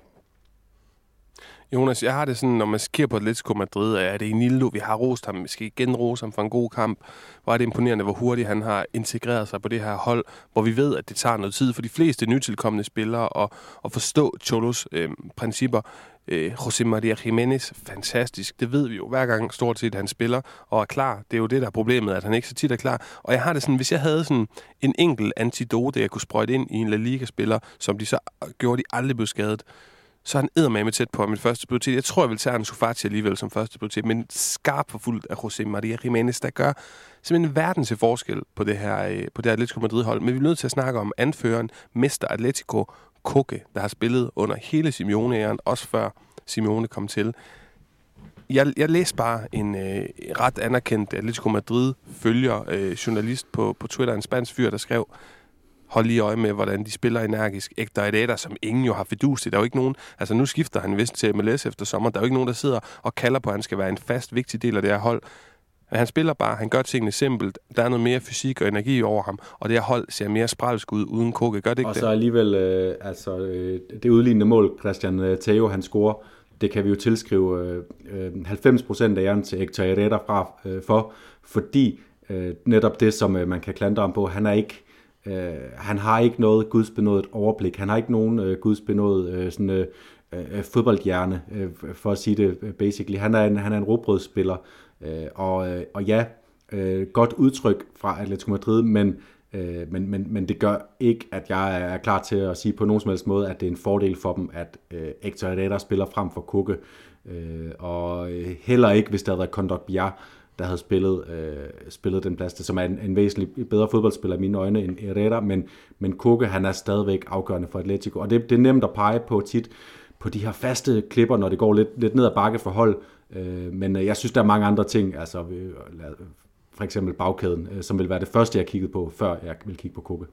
Jonas, jeg har det sådan, når man kigger på Atletico Madrid, er det Enildo, vi har rost ham, vi skal igen rose ham for en god kamp. Hvor er det imponerende, hvor hurtigt han har integreret sig på det her hold, hvor vi ved, at det tager noget tid for de fleste nytilkommende spillere at, at forstå Cholos øh, principper. Øh, José María Jiménez, fantastisk, det ved vi jo hver gang stort set, han spiller og er klar. Det er jo det, der er problemet, at han ikke så tit er klar. Og jeg har det sådan, hvis jeg havde sådan en enkelt antidote, jeg kunne sprøjte ind i en La Liga-spiller, som de så gjorde, de aldrig blev skadet, så er han eddermame tæt på min første prioritet. Jeg tror, jeg vil tage Ansu Fati alligevel som første prioritet, men skarpt forfulgt af José María Jiménez, der gør simpelthen en verden til forskel på det her, på det her Atletico Madrid-hold. Men vi er nødt til at snakke om anføreren, Mester Atletico, Koke, der har spillet under hele Simeone-æren, også før Simeone kom til. Jeg, jeg læste bare en øh, ret anerkendt Atletico Madrid-følger, øh, journalist på, på Twitter, en spansk fyr, der skrev: hold lige øje med, hvordan de spiller energisk. Hector Herrera, som ingen jo har fidus i. Der er jo ikke nogen, altså nu skifter han vist til M L S efter sommer. Der er jo ikke nogen, der sidder og kalder på, at han skal være en fast, vigtig del af det her hold. Han spiller bare, han gør tingene simpelt. Der er noget mere fysik og energi over ham, og det her hold ser mere sprælsk ud uden Koke. Gør det ikke og det? Og så alligevel, øh, altså øh, det udlignende mål, Christian øh, Theo, han scorer, det kan vi jo tilskrive øh, halvfems procent af æren til Hector Herrera fra, øh, for, fordi øh, netop det, som øh, man kan klandre ham på, han er ikke, øh, han har ikke noget gudsbenået overblik, han har ikke nogen øh, gudsbenået øh, sådan, øh, øh, fodboldhjerne, øh, for at sige det øh, basically. Han er en, han er en rugbrødsspiller, øh, og, øh, og ja, øh, godt udtryk fra Atletico Madrid, men Øh, men, men, men det gør ikke, at jeg er klar til at sige på nogen som helst måde, at det er en fordel for dem, at øh, Hector Herrera spiller frem for Koke. Øh, og heller ikke, hvis der havde været Kondogbia, der havde spillet, øh, spillet den plads, som er en, en væsentlig bedre fodboldspiller i mine øjne end Herrera, men, men Koke, han er stadigvæk afgørende for Atletico. Og det, det er nemt at pege på tit på de her faste klipper, når det går lidt, lidt ned ad bakke for hold. Øh, men jeg synes, der er mange andre ting, altså for eksempel bagkæden, som vil være det første, jeg kiggede på, før jeg vil kigge på Koke.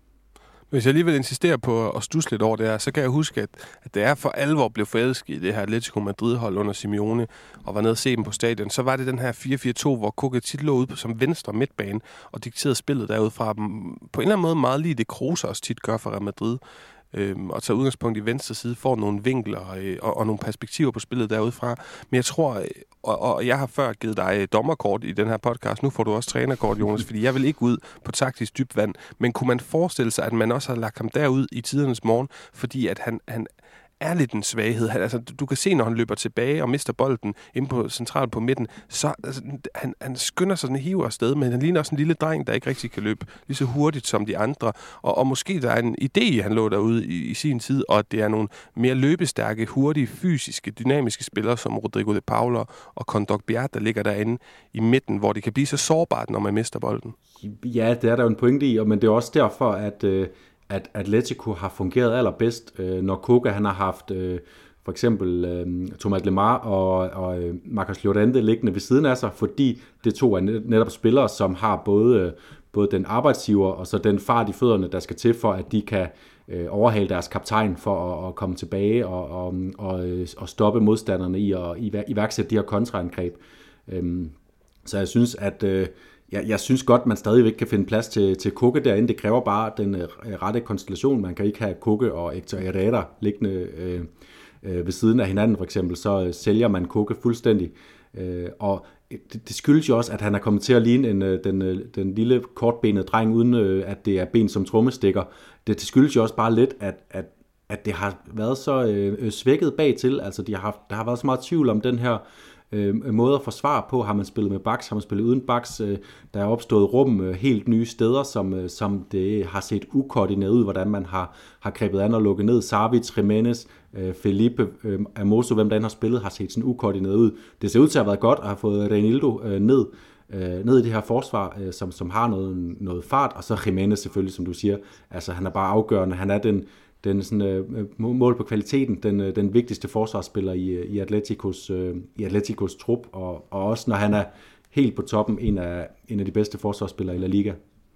Hvis jeg alligevel insisterer på at stusse lidt over det her, så kan jeg huske, at, at da jeg for alvor blev forelsket i det her Atletico Madrid-hold under Simeone, og var nede og se dem på stadion, så var det den her fire fire to, hvor Koke tit lå ude som venstre midtbane, og dikterede spillet derudfra. På en eller anden måde meget lige det Kroos også tit gør for Real Madrid. Øhm, og tager udgangspunkt i venstre side, får nogle vinkler øh, og, og nogle perspektiver på spillet derudfra. Men jeg tror, øh, og, og jeg har før givet dig dommerkort i den her podcast, nu får du også trænerkort, Jonas, fordi jeg vil ikke ud på taktisk dybt vand. Men kunne man forestille sig, at man også har lagt ham derud i tidernes morgen, fordi at han, han er lidt en svaghed. Han, altså, du kan se, når han løber tilbage og mister bolden inde på centralt på midten, så altså, han, han skynder sig, den hiver afsted, men han ligner også en lille dreng, der ikke rigtig kan løbe lige så hurtigt som de andre. Og, og måske der er en idé, han lå derude i, i sin tid, og at det er nogle mere løbestærke, hurtige, fysiske, dynamiske spillere, som Rodrigo de Paula og Kondogbia, der ligger derinde i midten, hvor det kan blive så sårbart, når man mister bolden. Ja, det er der jo en pointe i, men det er også derfor, at øh at Atletico har fungeret allerbedst, øh, når Koke han har haft øh, for eksempel øh, Thomas Lemar og, og øh, Marcos Llorente liggende ved siden af sig, fordi det to er netop spillere, som har både, øh, både den arbejdsgiver og så den fart i fødderne, der skal til for, at de kan øh, overhale deres kaptajn for at, at komme tilbage og, og, og, og stoppe modstanderne i at iværksætte de her kontraangreb. Øh, så jeg synes, at øh, Jeg, jeg synes godt, man stadigvæk kan finde plads til, til Koke derinde. Det kræver bare den øh, rette konstellation. Man kan ikke have Koke og Hector Herrera liggende øh, øh, ved siden af hinanden, for eksempel. Så øh, sælger man Koke fuldstændig. Øh, og det, det skyldes jo også, at han er kommet til at ligne en, øh, den, øh, den lille kortbenede dreng, uden øh, at det er ben som trommestikker. Det, det skyldes jo også bare lidt, at, at, at det har været så øh, svækket bagtil. Altså, de har haft, der har været så meget tvivl om den her Øh, måde at forsvare på. Har man spillet med backs, har man spillet uden backs? Øh, der er opstået rum øh, helt nye steder, som, øh, som det har set ukoordineret ud, hvordan man har, har grebet an og lukket ned. Savic, Jimenez, øh, Felipe, øh, Amoso, hvem der end har spillet, har set sådan ukoordineret ud. Det ser ud til at have været godt at have fået Reinildo øh, ned, øh, ned i det her forsvar, øh, som, som har noget, noget fart, og så Jimenez selvfølgelig, som du siger. Altså, han er bare afgørende. Han er den den sådan, øh, mål på kvaliteten, den, øh, den vigtigste forsvarsspiller i, i, Atleticos, øh, i Atleticos trup, og, og også når han er helt på toppen, en af, en af de bedste forsvarsspillere i La Liga.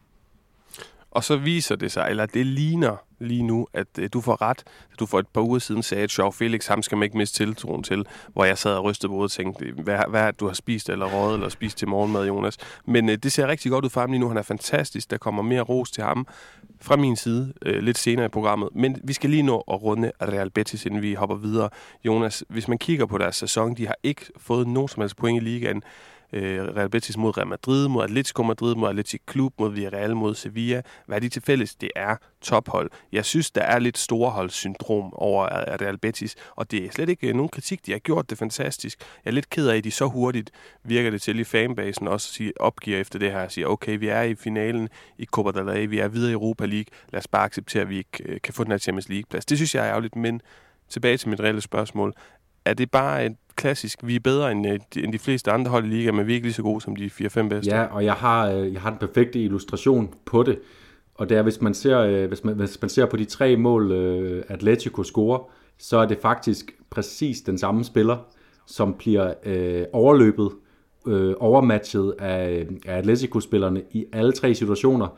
Og så viser det sig, eller det ligner lige nu, at øh, du får ret. Du for et par uger siden sagde, at Joao Felix, ham skal man ikke miste tiltroen til, hvor jeg sad og rystede på hovedet og tænkte, hvad, hvad er det, du har spist eller røget eller spist til morgenmad, Jonas? Men øh, det ser rigtig godt ud for ham lige nu. Han er fantastisk. Der kommer mere ros til ham fra min side øh, lidt senere i programmet. Men vi skal lige nå at runde Real Betis, inden vi hopper videre. Jonas, hvis man kigger på deres sæson, de har ikke fået nogen som helst point i ligaen. Real Betis mod Real Madrid, mod Atletico Madrid, mod Athletic Club, mod Villarreal, mod Sevilla. Hvad er de til fælles? Det er tophold. Jeg synes, der er lidt storholdssyndrom over Real Betis, og det er slet ikke nogen kritik. De har gjort det fantastisk. Jeg er lidt ked af, at de så hurtigt virker det til i fanbasen også opgiver efter det her og siger, okay, vi er i finalen i Copa del Rey, vi er videre i Europa League, lad os bare acceptere, at vi ikke kan få den her Champions League-plads. Det synes jeg er ærgerligt, men tilbage til mit reelle spørgsmål. Er det bare et klassisk, vi er bedre end, end de fleste andre hold i liga, men vi er ikke lige så gode som de fire fem bedste? Ja, og jeg har, jeg har den perfekte illustration på det, og det er, hvis man ser, hvis man, hvis man ser på de tre mål, Atletico scorer, så er det faktisk præcis den samme spiller, som bliver øh, overløbet, øh, overmatchet af, af Atletico-spillerne i alle tre situationer.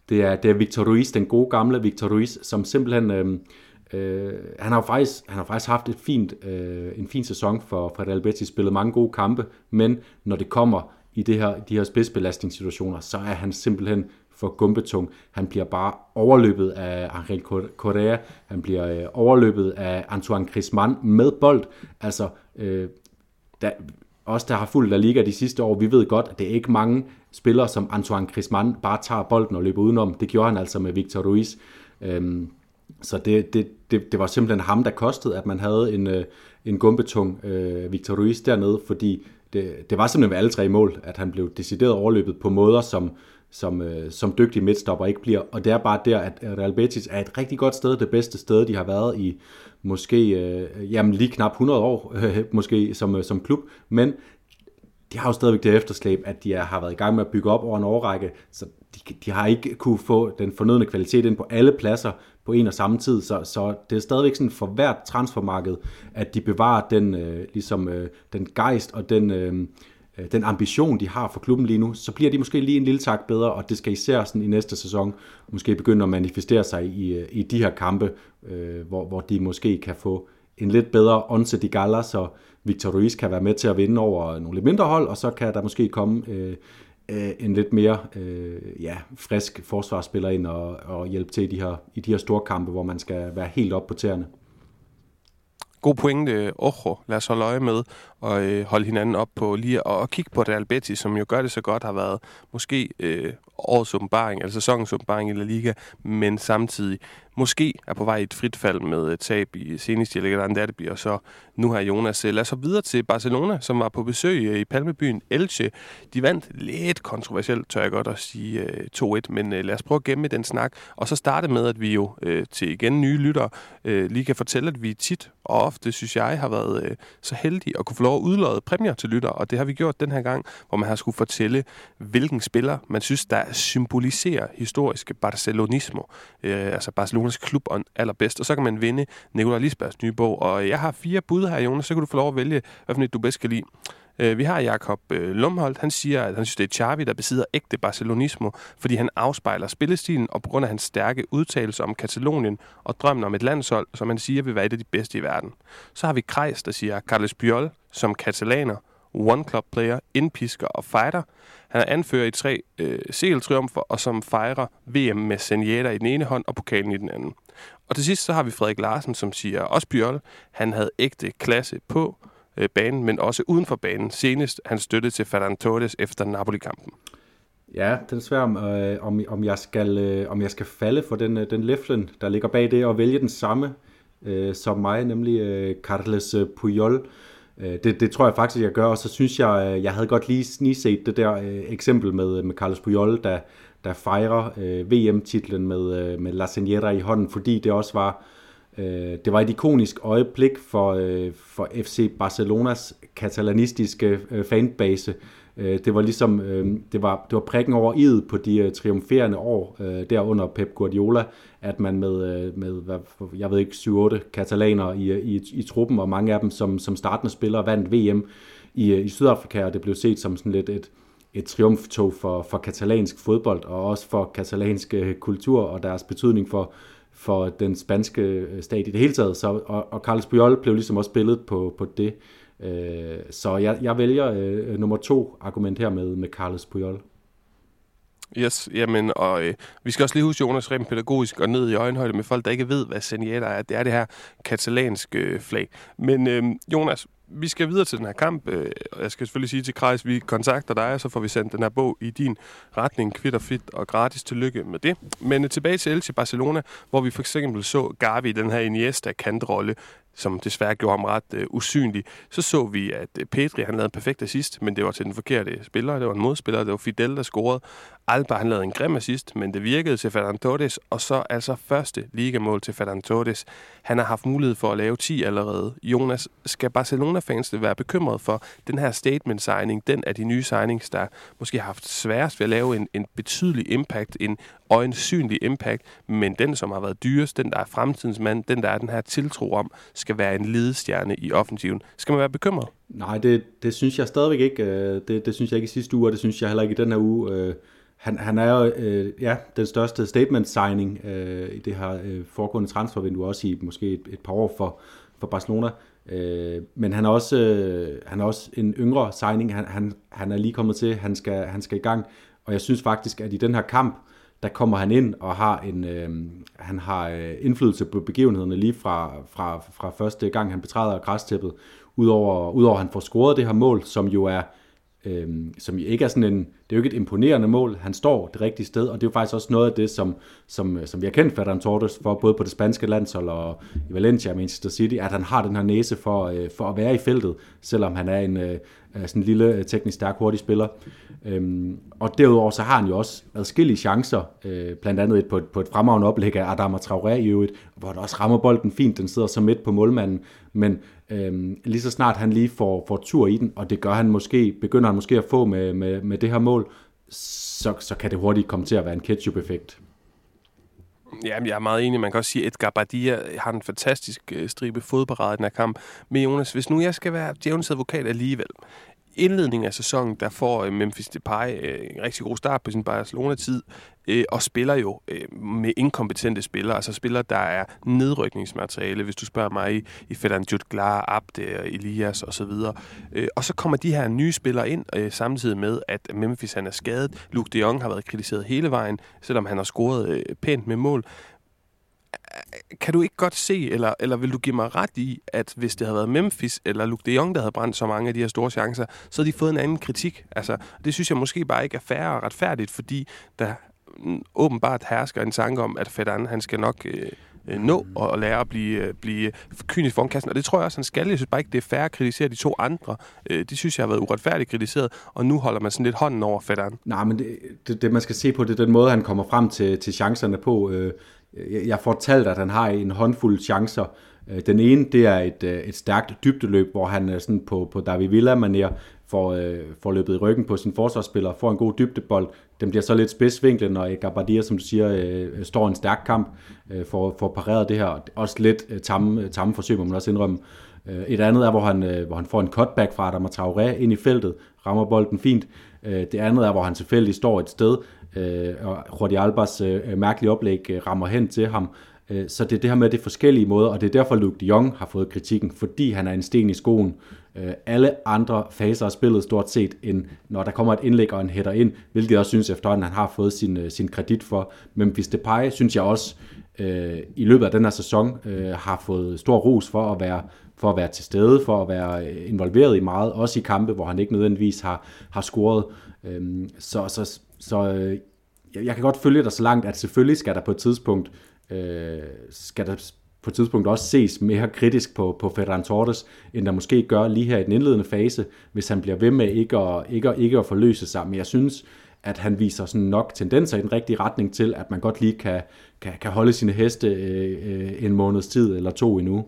Det er, det er Victor Ruiz, den gode gamle Victor Ruiz, som simpelthen... Øh, øh, han, har faktisk, han har faktisk haft et fint, øh, en fin sæson for, for Real Betis, spillet mange gode kampe, men når det kommer i det her, de her spidsbelastningssituationer, så er han simpelthen for gumbetung. Han bliver bare overløbet af Angel Correa, han bliver øh, overløbet af Antoine Griezmann med bold. Altså, øh, der, os der har fulgt La Liga de sidste år, vi ved godt, at det er ikke mange spillere, som Antoine Griezmann bare tager bolden og løber udenom. Det gjorde han altså med Victor Ruiz. Øhm, så det, det, det, det var simpelthen ham, der kostede, at man havde en, øh, en gumbetung øh, Victor Ruiz dernede, fordi det, det var simpelthen ved alle tre mål, at han blev decideret overløbet på måder, som Som, øh, som dygtig midtstopper ikke bliver. Og det er bare der, at Real Betis er et rigtig godt sted, det bedste sted, de har været i måske øh, jamen lige knap hundrede år, øh, måske som, som klub, men de har jo stadigvæk det efterslæb, at de er, har været i gang med at bygge op over en årrække, så de, de har ikke kunne få den fornødne kvalitet ind på alle pladser på en og samme tid, så, så det er stadigvæk sådan for hvert transfermarked, at de bevarer den, øh, ligesom, øh, den gejst og den øh, den ambition, de har for klubben lige nu, så bliver de måske lige en lille tak bedre, og det skal især sådan i næste sæson måske begynde at manifestere sig i, i de her kampe, øh, hvor, hvor de måske kan få en lidt bedre once de gala, så Victor Ruiz kan være med til at vinde over nogle lidt mindre hold, og så kan der måske komme øh, øh, en lidt mere øh, ja, frisk forsvarsspiller ind og, og hjælpe til i de, her, i de her store kampe, hvor man skal være helt op på tæerne. God pointe, Ojo. Lad os holde øje med og øh, holde hinanden op på lige og, og kigge på Real Betis, som jo gør det så godt, har været måske øh, årets åbenbaring, eller sæsonens åbenbaring i La Liga, men samtidig måske er på vej i et frit fald med et tab i senest i Liga, der det bliver så nu her Jonas. Lad os så videre til Barcelona, som var på besøg i Palmebyen Elche. De vandt lidt kontroversielt, tør jeg godt at sige to et, men lad os prøve at gemme den snak. Og så starte med, at vi jo til igen nye lyttere lige kan fortælle, at vi tit og ofte, synes jeg, har været så heldige at kunne få lov at udlåde præmier til lyttere, og det har vi gjort den her gang, hvor man har skulle fortælle, hvilken spiller man synes, der symboliserer historiske barcelonismo, altså Barcelona klubånd allerbedst, og så kan man vinde Nicolai Lisbergs nye bog. Og jeg har fire bud her, Jonas, så kan du få lov at vælge, hvad for et du bedst kan lide. Vi har Jakob Lumholdt, han siger, at han synes, det er Xavi, der besidder ægte barcelonismo, fordi han afspejler spillestilen, og på grund af hans stærke udtalelser om Katalonien og drømmen om et landshold, som han siger vil være et af de bedste i verden. Så har vi Krejs, der siger, Carles Puyol som katalaner, one-club-player, indpisker og fighter. Han er anfører i tre øh, C L-triumfer, og som fejrer V M med Senjeta i den ene hånd og pokalen i den anden. Og til sidst så har vi Frederik Larsen, som siger, også Puyol, han havde ægte klasse på øh, banen, men også uden for banen. Senest han støttede til Ferran Torres efter Napoli-kampen. Ja, det er svært, øh, om, om, jeg skal, øh, om jeg skal falde for den, den leflen, der ligger bag det, og vælge den samme øh, som mig, nemlig øh, Carles Puyol. Det, det tror jeg faktisk, jeg gør, og så synes jeg, jeg havde godt lige sniset det der øh, eksempel med, med Carles Puyol, der, der fejrer øh, V M-titlen med, øh, med La Senjeta i hånden, fordi det også var, øh, det var et ikonisk øjeblik for, øh, for F C Barcelonas katalanistiske øh, fanbase. Øh, det var ligesom, øh, det var, det var prikken over i'et på de øh, triumferende år øh, der under Pep Guardiola, at man med, øh, med hvad, jeg ved ikke, syv otte katalanere i, i, i truppen, og mange af dem som, som startende spillere vandt V M i, i Sydafrika, og det blev set som sådan lidt et, et triumftog for, for katalansk fodbold, og også for katalansk kultur og deres betydning for, for den spanske stat i det hele taget. Så, og, og Carles Puyol blev ligesom også spillet på, på det. Så jeg, jeg vælger øh, nummer to argument her med, med Carles Puyol. Yes, jamen, og øh, vi skal også lige huske, Jonas, rent pædagogisk og ned i øjenhøjde med folk, der ikke ved, hvad Senjeta er. Det er det her katalanske øh, flag. Men øh, Jonas, vi skal videre til den her kamp. Jeg skal selvfølgelig sige til Krejs, vi kontakter dig, og så får vi sendt den her bog i din retning, kvitt og fit og gratis. Tillykke med det. Men tilbage til Elche Barcelona, hvor vi for eksempel så Gavi, den her Iniesta-kantrolle, som desværre gjorde ham ret øh, usynlig. Så så vi, at øh, Pedri, han lavede en perfekt assist, men det var til den forkerte spiller. Det var en modspiller, det var Fidel, der scorede. Alba, han lavede en grim assist, men det virkede til Ferran Torres, og så altså første ligamål til Ferran Torres. Han har haft mulighed for at lave ti allerede. Jonas, skal Barcelona-fans være bekymret for den her statement-signing, den af de nye signings, der måske har haft sværest ved at lave en, en betydelig impact, en øjensynlig impact, men den, som har været dyrest, den, der er fremtidens mand, den, der er den her tiltro om, skal være en ledestjerne i offensiven. Skal man være bekymret? Nej, det, det synes jeg stadigvæk ikke. Det, det synes jeg ikke i sidste uge, og det synes jeg heller ikke i den her uge. han, han er jo øh, ja, den største statement-signing øh, i det her øh, foregående transfervindue, også i måske et, et par år for, for Barcelona. Øh, men han er, også, øh, han er også en yngre signing. Han, han, han er lige kommet til, han skal, han skal i gang. Og jeg synes faktisk, at i den her kamp, der kommer han ind og har en, øh, han har øh, indflydelse på begivenhederne lige fra, fra, fra første gang, han betræder græstæppet. Udover, udover at han får scoret det her mål, som jo er Øhm, som ikke er sådan en, det er jo ikke et imponerende mål, han står det rigtige sted, og det er jo faktisk også noget af det, som, som, som vi har kendt Ferran Torres for, både på det spanske landshold og i Valencia og Manchester City, at han har den her næse for, øh, for at være i feltet, selvom han er en øh, sådan en lille, teknisk stærk, hurtig spiller. Øhm, og derudover så har han jo også adskillige chancer, øh, blandt andet et på, et, på et fremragende oplæg af Adama Traoré i øvrigt, hvor der også rammer bolden fint, den sidder så midt på målmanden, men øhm, lige så snart han lige får, får tur i den, og det gør han måske, begynder han måske at få med, med, med det her mål, så, så kan det hurtigt komme til at være en ketchup-effekt. Jamen, jeg er meget enig. Man kan også sige, at Edgar Badia har en fantastisk stribe fodparade i den her kamp. Men Jonas, hvis nu jeg skal være djævelens advokat alligevel, indledningen af sæsonen, der får Memphis Depay en rigtig god start på sin Barcelona-tid, og spiller jo med inkompetente spillere, altså spillere, der er nedrykningsmateriale, hvis du spørger mig, i, i Ferran Jutglar, Abde, Elias osv. Og så kommer de her nye spillere ind, samtidig med, at Memphis han er skadet. Luke de Jong har været kritiseret hele vejen, selvom han har scoret pænt med mål. Kan du ikke godt se, eller, eller vil du give mig ret i, at hvis det havde været Memphis eller Luke de Jong, der havde brændt så mange af de her store chancer, så havde de fået en anden kritik? Altså, det synes jeg måske bare ikke er fair og retfærdigt, fordi der åbenbart hersker en tanke om, at Ferran, han skal nok øh, nå og lære at blive, blive kynisk foran kassen, og det tror jeg også, han skal. Jeg synes bare ikke, det er fair at kritisere de to andre. Øh, de synes jeg har været uretfærdigt kritiseret, og nu holder man sådan lidt hånden over Ferran. Nej, men det, det, det man skal se på, det er den måde, han kommer frem til, til chancerne på. Øh, jeg fortalt, at han har en håndfuld chancer. Den ene, det er et, et stærkt dybdeløb, hvor han sådan på, på David Villa-manér får, øh, får løbet i ryggen på sin forsvarsspiller, får en god dybdebold. Den bliver så lidt spidsvinklet, når Edgar Badia, som du siger, øh, står en stærk kamp, øh, for, for pareret det her. Også lidt øh, tamme, tamme forsøg, må man også indrømme. Øh, et andet er, hvor han, øh, hvor han får en cutback fra Adama Traoré ind i feltet, rammer bolden fint. Øh, det andet er, hvor han tilfældigt står et sted, øh, og Jordi Albas øh, mærkelige oplæg øh, rammer hen til ham. Øh, så det er det her med, det forskellige måder, og det er derfor, Luke de Jong har fået kritikken, fordi han er en sten i skoen. Øh, alle andre faser af spillet stort set, end når der kommer et indlæg og en header ind, hvilket jeg også synes efterhånden, han har fået sin, sin kredit for. Men Memphis Depay, synes jeg også, øh, i løbet af den her sæson, øh, har fået stor ros for at være for at være til stede, for at være involveret i meget, også i kampe, hvor han ikke nødvendigvis har, har scoret. Øhm, så så, så øh, jeg kan godt følge dig så langt, at selvfølgelig skal der på et tidspunkt, øh, skal der på et tidspunkt også ses mere kritisk på, på Ferran Torres, end der måske gør lige her i den indledende fase, hvis han bliver ved med ikke at, ikke at, ikke at forløse sig. Men jeg synes, at han viser sådan nok tendenser i den rigtige retning til, at man godt lige kan, kan, kan holde sine heste øh, en måneds tid eller to endnu.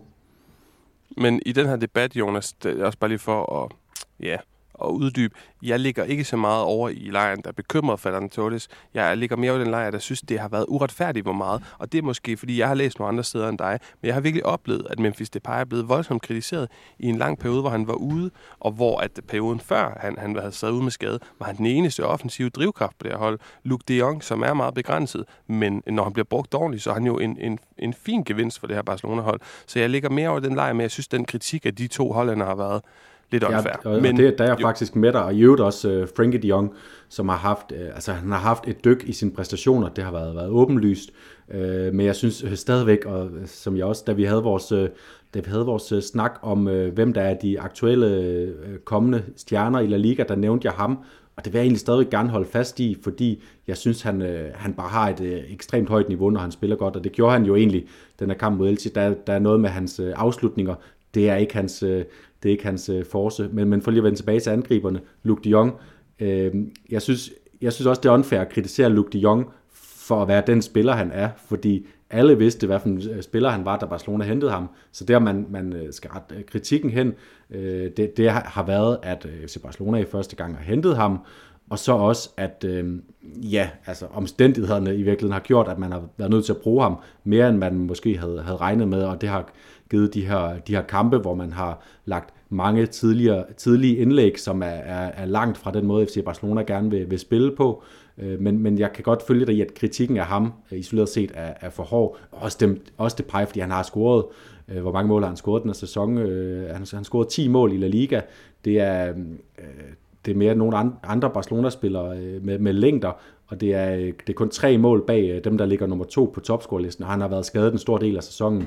Men i den her debat, Jonas, det er også bare lige for at, ja, at uddybe, jeg ligger ikke så meget over i lejren, der er bekymret for Ferran Torres. Jeg ligger mere over i den lejr, der synes, det har været uretfærdigt hvor meget. Og det er måske, fordi jeg har læst nogle andre steder end dig, men jeg har virkelig oplevet, at Memphis Depay er blevet voldsomt kritiseret i en lang periode, hvor han var ude, og hvor at perioden før han, han havde siddet ude med skade, var han den eneste offensive drivkraft på det her hold. Luke de Jong, som er meget begrænset, men når han bliver brugt dårligt, så er han jo en, en, en fin gevinst for det her Barcelona-hold. Så jeg ligger mere over i den lejr, men jeg synes, den kritik af de to hollændere har været lidt unfair. Ja, og, men, og det, der er jeg jo faktisk med dig, og i øvrigt også uh, Frenkie de Jong, som har haft, uh, altså han har haft et dyk i sine præstationer, det har været, været åbenlyst, uh, men jeg synes uh, stadigvæk, og uh, som jeg også, da vi havde vores, uh, da vi havde vores uh, snak om, uh, hvem der er de aktuelle uh, kommende stjerner i La Liga, der nævnte jeg ham, og det vil jeg egentlig stadig gerne holde fast i, fordi jeg synes, han, øh, han bare har et øh, ekstremt højt niveau, når han spiller godt, og det gjorde han jo egentlig, den her kamp mod Elche. Der, der er noget med hans øh, afslutninger, det er ikke hans, øh, det er ikke hans øh, force, men, men for lige at vende tilbage til angriberne, Luke de Jong, øh, jeg, synes, jeg synes også, det er unfair at kritisere Luke de Jong for at være den spiller, han er, fordi alle vidste, hvad for en spiller han var, da Barcelona hentede ham. Så der man, man skal rette kritikken hen, det, det har været, at F C Barcelona i første gang har hentet ham, og så også, at øh, ja, altså omstændighederne i virkeligheden har gjort, at man har været nødt til at bruge ham mere, end man måske havde, havde regnet med, og det har givet de her, de her kampe, hvor man har lagt mange tidligere, tidlige indlæg, som er, er, er langt fra den måde, F C Barcelona gerne vil, vil spille på. Men, men jeg kan godt følge dig i, at kritikken af ham isoleret set er, er for hård. Også, dem, også det Depay, fordi han har scoret. Hvor mange mål har han scoret den her sæson? Han har scoret ti mål i La Liga. Det er, det er mere end nogle andre Barcelona-spillere med, med længder, og det er, det er kun tre mål bag dem, der ligger nummer to på topscorelisten, og han har været skadet en stor del af sæsonen.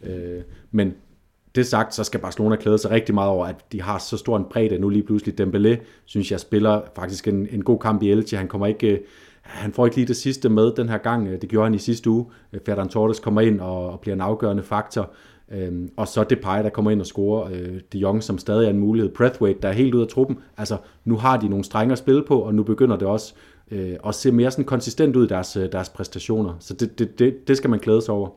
Men det sagt, så skal Barcelona klæde sig rigtig meget over, at de har så stor en bredde nu lige pludselig. Dembélé, synes jeg, spiller faktisk en, en god kamp i Elche. Han kommer ikke, han får ikke lige det sidste med den her gang. Det gjorde han i sidste uge. Ferran Torres kommer ind og, og bliver en afgørende faktor. Øhm, og så Depay, der kommer ind og scorer. Øh, De Jong, som stadig er en mulighed. Braithwaite, der er helt ude af truppen. Altså, nu har de nogle strenge at spille på, og nu begynder det også øh, at se mere sådan konsistent ud, deres, deres præstationer. Så det, det, det, det skal man glæde sig over.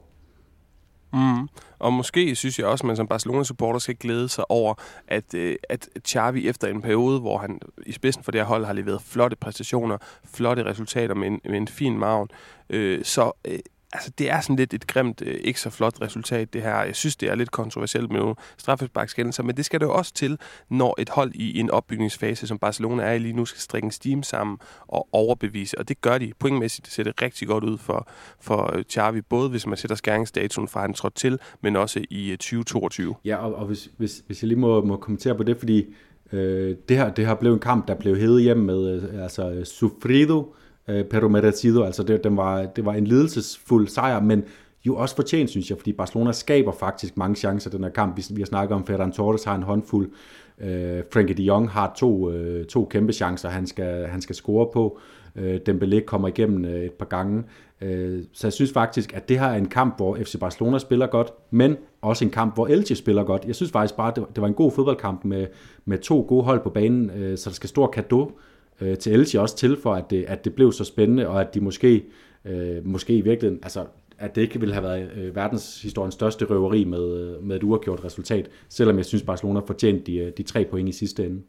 Mm. Og måske synes jeg også, at man som Barcelona-supporter skal glæde sig over, at, øh, at Xavi efter en periode, hvor han i spidsen for det her hold har leveret flotte præstationer, flotte resultater med en, med en fin margin, øh, så øh, altså, det er sådan lidt et grimt, øh, ikke så flot resultat, det her. Jeg synes, det er lidt kontroversielt med nogle straffesparkskendelser, men det skal det jo også til, når et hold i en opbygningsfase, som Barcelona er i lige nu, skal strikke en steam sammen og overbevise, og det gør de. Pointmæssigt ser det rigtig godt ud for, for Xavi, både hvis man sætter skæringsdatoen fra han trådte til, men også i tyve toogtyve. Ja, og, og hvis, hvis, hvis jeg lige må, må kommentere på det, fordi øh, det her det har blevet en kamp, der blev hævet hjem med øh, altså sufrido, pero merecido, altså det, det, var, det var en lidelsesfuld sejr, men jo også fortjent, synes jeg, fordi Barcelona skaber faktisk mange chancer i den her kamp. Vi, vi har snakket om, Ferran Torres har en håndfuld, øh, Frenkie de Jong har to, øh, to kæmpe chancer, han skal, han skal score på, øh, Dembélé kommer igennem øh, et par gange, øh, så jeg synes faktisk, at det her er en kamp, hvor F C Barcelona spiller godt, men også en kamp, hvor Elche spiller godt. Jeg synes faktisk bare, at det var, det var en god fodboldkamp med, med to gode hold på banen, øh, så der skal stor cadeau til Elche også til for, at det, at det blev så spændende, og at de måske, øh, måske i virkeligheden, altså at det ikke ville have været øh, verdenshistoriens største røveri med, med et uafgjort resultat, selvom jeg synes, Barcelona fortjente de, de tre point i sidste ende.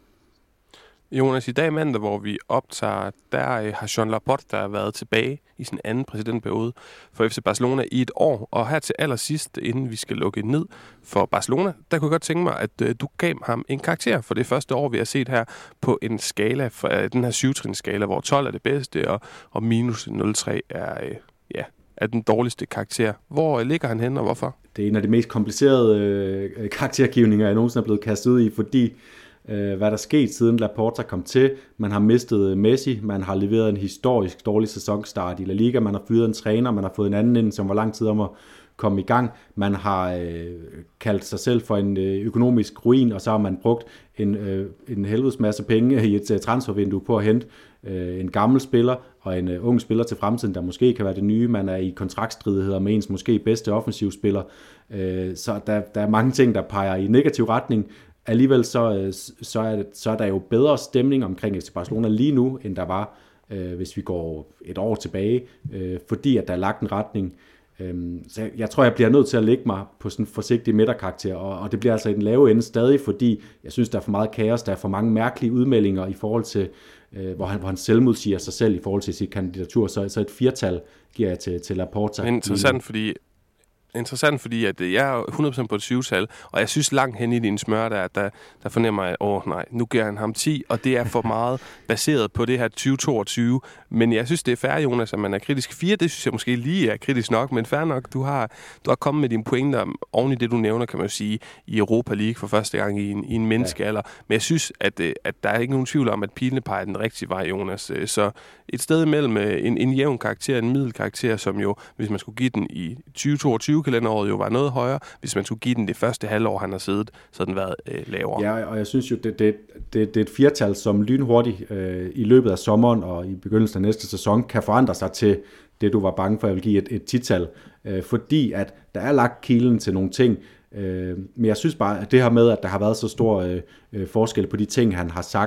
Jonas, i dag mandag, hvor vi optager, der øh, har Joan Laporta været tilbage i sin anden præsidentperiode for F C Barcelona i et år. Og her til allersidst, inden vi skal lukke ned for Barcelona, der kunne jeg godt tænke mig, at øh, du gav ham en karakter for det første år, vi har set her på en skala, for, øh, den her syv-trins-skala, hvor tolv er det bedste, og, og minus nul komma tre er, øh, ja, er den dårligste karakter. Hvor øh, ligger han henne, og hvorfor? Det er en af de mest komplicerede øh, karaktergivninger, jeg nogensinde er blevet kastet ud i, fordi hvad der er sket siden Laporta kom til. Man har mistet Messi, man har leveret en historisk dårlig sæsonstart i La Liga, man har fyret en træner, man har fået en anden ind, som var lang tid om at komme i gang. Man har øh, kaldt sig selv for en øh, økonomisk ruin, og så har man brugt en, øh, en helvedes masse penge i et uh, transfervindue på at hente øh, en gammel spiller og en øh, ung spiller til fremtiden, der måske kan være det nye. Man er i kontraktstridigheder med ens måske bedste offensivspiller. Øh, så der, der er mange ting, der peger i negativ retning. Alligevel så, så, er det, så er der jo bedre stemning omkring F C Barcelona lige nu, end der var, øh, hvis vi går et år tilbage, øh, fordi at der er lagt en retning. Øh, så jeg tror, jeg bliver nødt til at lægge mig på sådan en forsigtig midterkarakter, og, og det bliver altså i den lave ende stadig, fordi jeg synes, der er for meget kaos, der er for mange mærkelige udmeldinger i forhold til, øh, hvor, han, hvor han selvmodsiger sig selv i forhold til sit kandidatur, så, så et firtal giver jeg til, til Laporta. Interessant, fordi Interessant, fordi at jeg er hundrede procent på et syvtal, og jeg synes langt hen i din smør, der, der, der fornemmer jeg, at åh nej, nu giver han ham ti, og det er for meget baseret på det her tyve toogtyve. Men jeg synes, det er fair, Jonas, at man er kritisk. fire, det synes jeg måske lige er kritisk nok, men fair nok, du har, du har kommet med dine pointer oven i det, du nævner, kan man jo sige, i Europa League for første gang i en, i en menneskealder. Men jeg synes, at, at der er ikke nogen tvivl om, at pilene peger den rigtige vej, Jonas. Så et sted imellem en, en jævn karakter, en middelkarakter, som jo, hvis man skulle give den i tyve toogtyve kalenderåret, jo var noget højere. Hvis man skulle give den det første halvår, han har siddet, så har den været øh, lavere. Ja, og jeg synes jo, det, det, det, det er et firtal, som lynhurtigt øh, i løbet af sommeren og i begyndelsen af næste sæson kan forandre sig til det, du var bange for, at jeg vil give et, et tital. Øh, fordi at der er lagt kilen til nogle ting. Øh, men jeg synes bare, at det her med, at der har været så stor øh, forskel på de ting, han har sagt,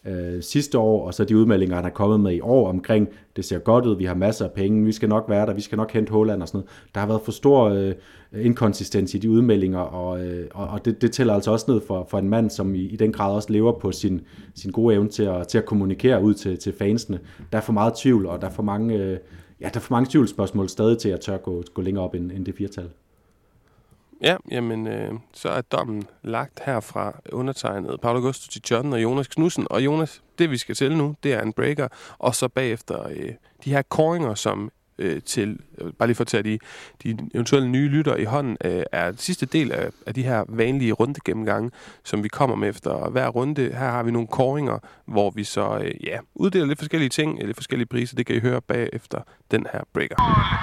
øh, sidste år, og så de udmeldinger, han er kommet med i år omkring, det ser godt ud, vi har masser af penge, vi skal nok være der, vi skal nok hente Haaland og sådan noget. Der har været for stor øh, inkonsistens i de udmeldinger, og, øh, og det, det tæller altså også ned for, for en mand, som i, i den grad også lever på sin, sin gode evne til at, til at kommunikere ud til, til fansene. Der er for meget tvivl, og der er for mange, øh, ja, der er for mange tvivlsspørgsmål stadig til at tør gå, gå længere op end, end det firtal. Ja, jamen, øh, så er dommen lagt herfra undertegnet Paul Augusto Cicciotti og Jonas Knudsen. Og Jonas, det vi skal til nu, det er en breaker. Og så bagefter øh, de her kåringer, som øh, til, bare lige for at tage de, de eventuelle nye lytter i hånden, øh, er den sidste del af, af de her vanlige rundegennemgange, som vi kommer med efter hver runde. Her har vi nogle kåringer, hvor vi så øh, ja, uddeler lidt forskellige ting, lidt forskellige priser. Det kan I høre bagefter den her breaker.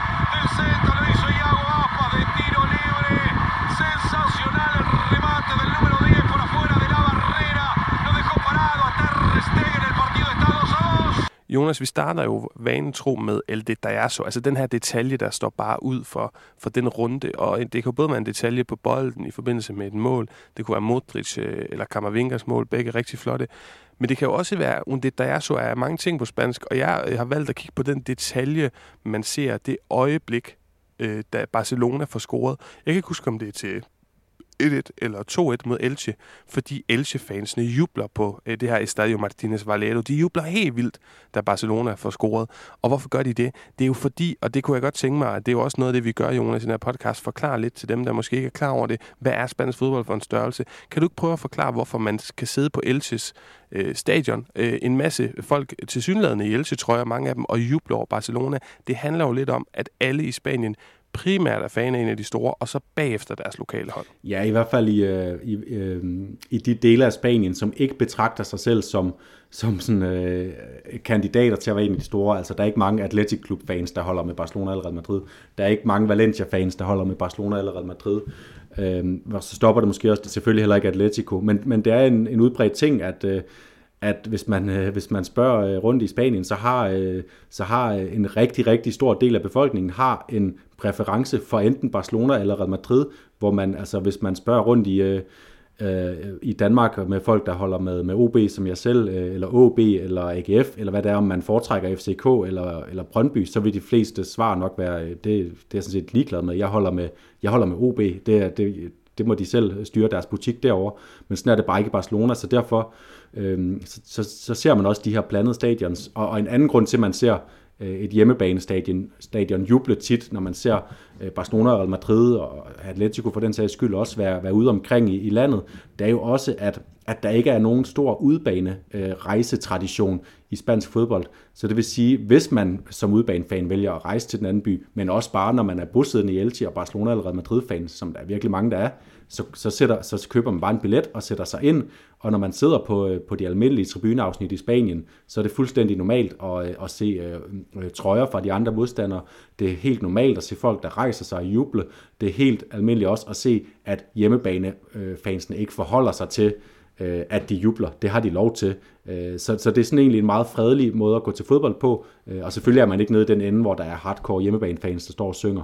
Sensacional el remate del número diez por afuera de la barrera. Lo dejó parado a Ter Stegen. El partido está dos a dos. Jonas, vi starter jo vanen tro med El Detallazo, altså den her detalje, der står bare ud for, for den runde. Og det kan både være en detalje på bolden i forbindelse med et mål. Det kunne være Modric eller Camavingas mål, begge rigtig flotte. Men det kan jo også være, un detallazo er mange ting på spansk, og jeg har valgt at kigge på den detalje, man ser det øjeblik, da Barcelona får scoret. Jeg kan ikke huske, om det er til et et eller to et mod Elche, fordi Elche-fansene jubler på det her Estadio Martínez Valero. De jubler helt vildt, da Barcelona får scoret. Og hvorfor gør de det? Det er jo fordi, og det kunne jeg godt tænke mig, at det er jo også noget af det, vi gør, Jonas, i den her podcast, forklare lidt til dem, der måske ikke er klar over det. Hvad er spansk fodbold for en størrelse? Kan du ikke prøve at forklare, hvorfor man kan sidde på Elches øh, stadion? Øh, en masse folk tilsyneladende i Elche-trøjer, mange af dem, og jubler over Barcelona. Det handler jo lidt om, at alle i Spanien primært er fan af en af de store, og så bagefter deres lokale hold. Ja, i hvert fald i, øh, i, øh, i de dele af Spanien, som ikke betragter sig selv som, som sådan, øh, kandidater til at være en af de store. Altså, der er ikke mange Athletic Club-fans, der holder med Barcelona eller Real Madrid. Der er ikke mange Valencia-fans, der holder med Barcelona eller Real Madrid. Øh, og så stopper det måske også selvfølgelig heller ikke Atletico. Men, men det er en, en udbredt ting, at øh, at hvis man, øh, hvis man spørger øh, rundt i Spanien, så har, øh, så har en rigtig, rigtig stor del af befolkningen har en præference for enten Barcelona eller Real Madrid, hvor man, altså hvis man spørger rundt i, øh, øh, i Danmark med folk, der holder med, med O B som jeg selv, øh, eller O B eller A G F, eller hvad det er, om man foretrækker F C K eller, eller Brøndby, så vil de fleste svar nok være, det, det er jeg sådan set ligeglad med. Jeg holder med, jeg holder med O B, det, det, det må de selv styre deres butik derovre, men sådan er det bare ikke i Barcelona, så derfor Øhm, så, så, så ser man også de her blandede stadions, og, og en anden grund til, at man ser øh, et hjemmebanestadion stadion juble tit, når man ser øh, Barcelona, Real Madrid og Atletico for den sags skyld også være, være ude omkring i, i landet, det er jo også, at, at der ikke er nogen stor udbane øh, rejsetradition i spansk fodbold. Så det vil sige, hvis man som udbanefan vælger at rejse til den anden by, men også bare når man er bosiddende i Elche og Barcelona eller Real Madrid-fans, som der er virkelig mange, der er, så, så, sætter, så køber man bare en billet og sætter sig ind, og når man sidder på, på de almindelige tribuneafsnit i Spanien, så er det fuldstændig normalt at, at se øh, trøjer fra de andre modstandere. Det er helt normalt at se folk, der rejser sig og juble. Det er helt almindeligt også at se, at hjemmebanefansene ikke forholder sig til, øh, at de jubler. Det har de lov til. Øh, så, så det er sådan egentlig en meget fredelig måde at gå til fodbold på, øh, og selvfølgelig er man ikke nede i den ende, hvor der er hardcore hjemmebanefans, der står og synger.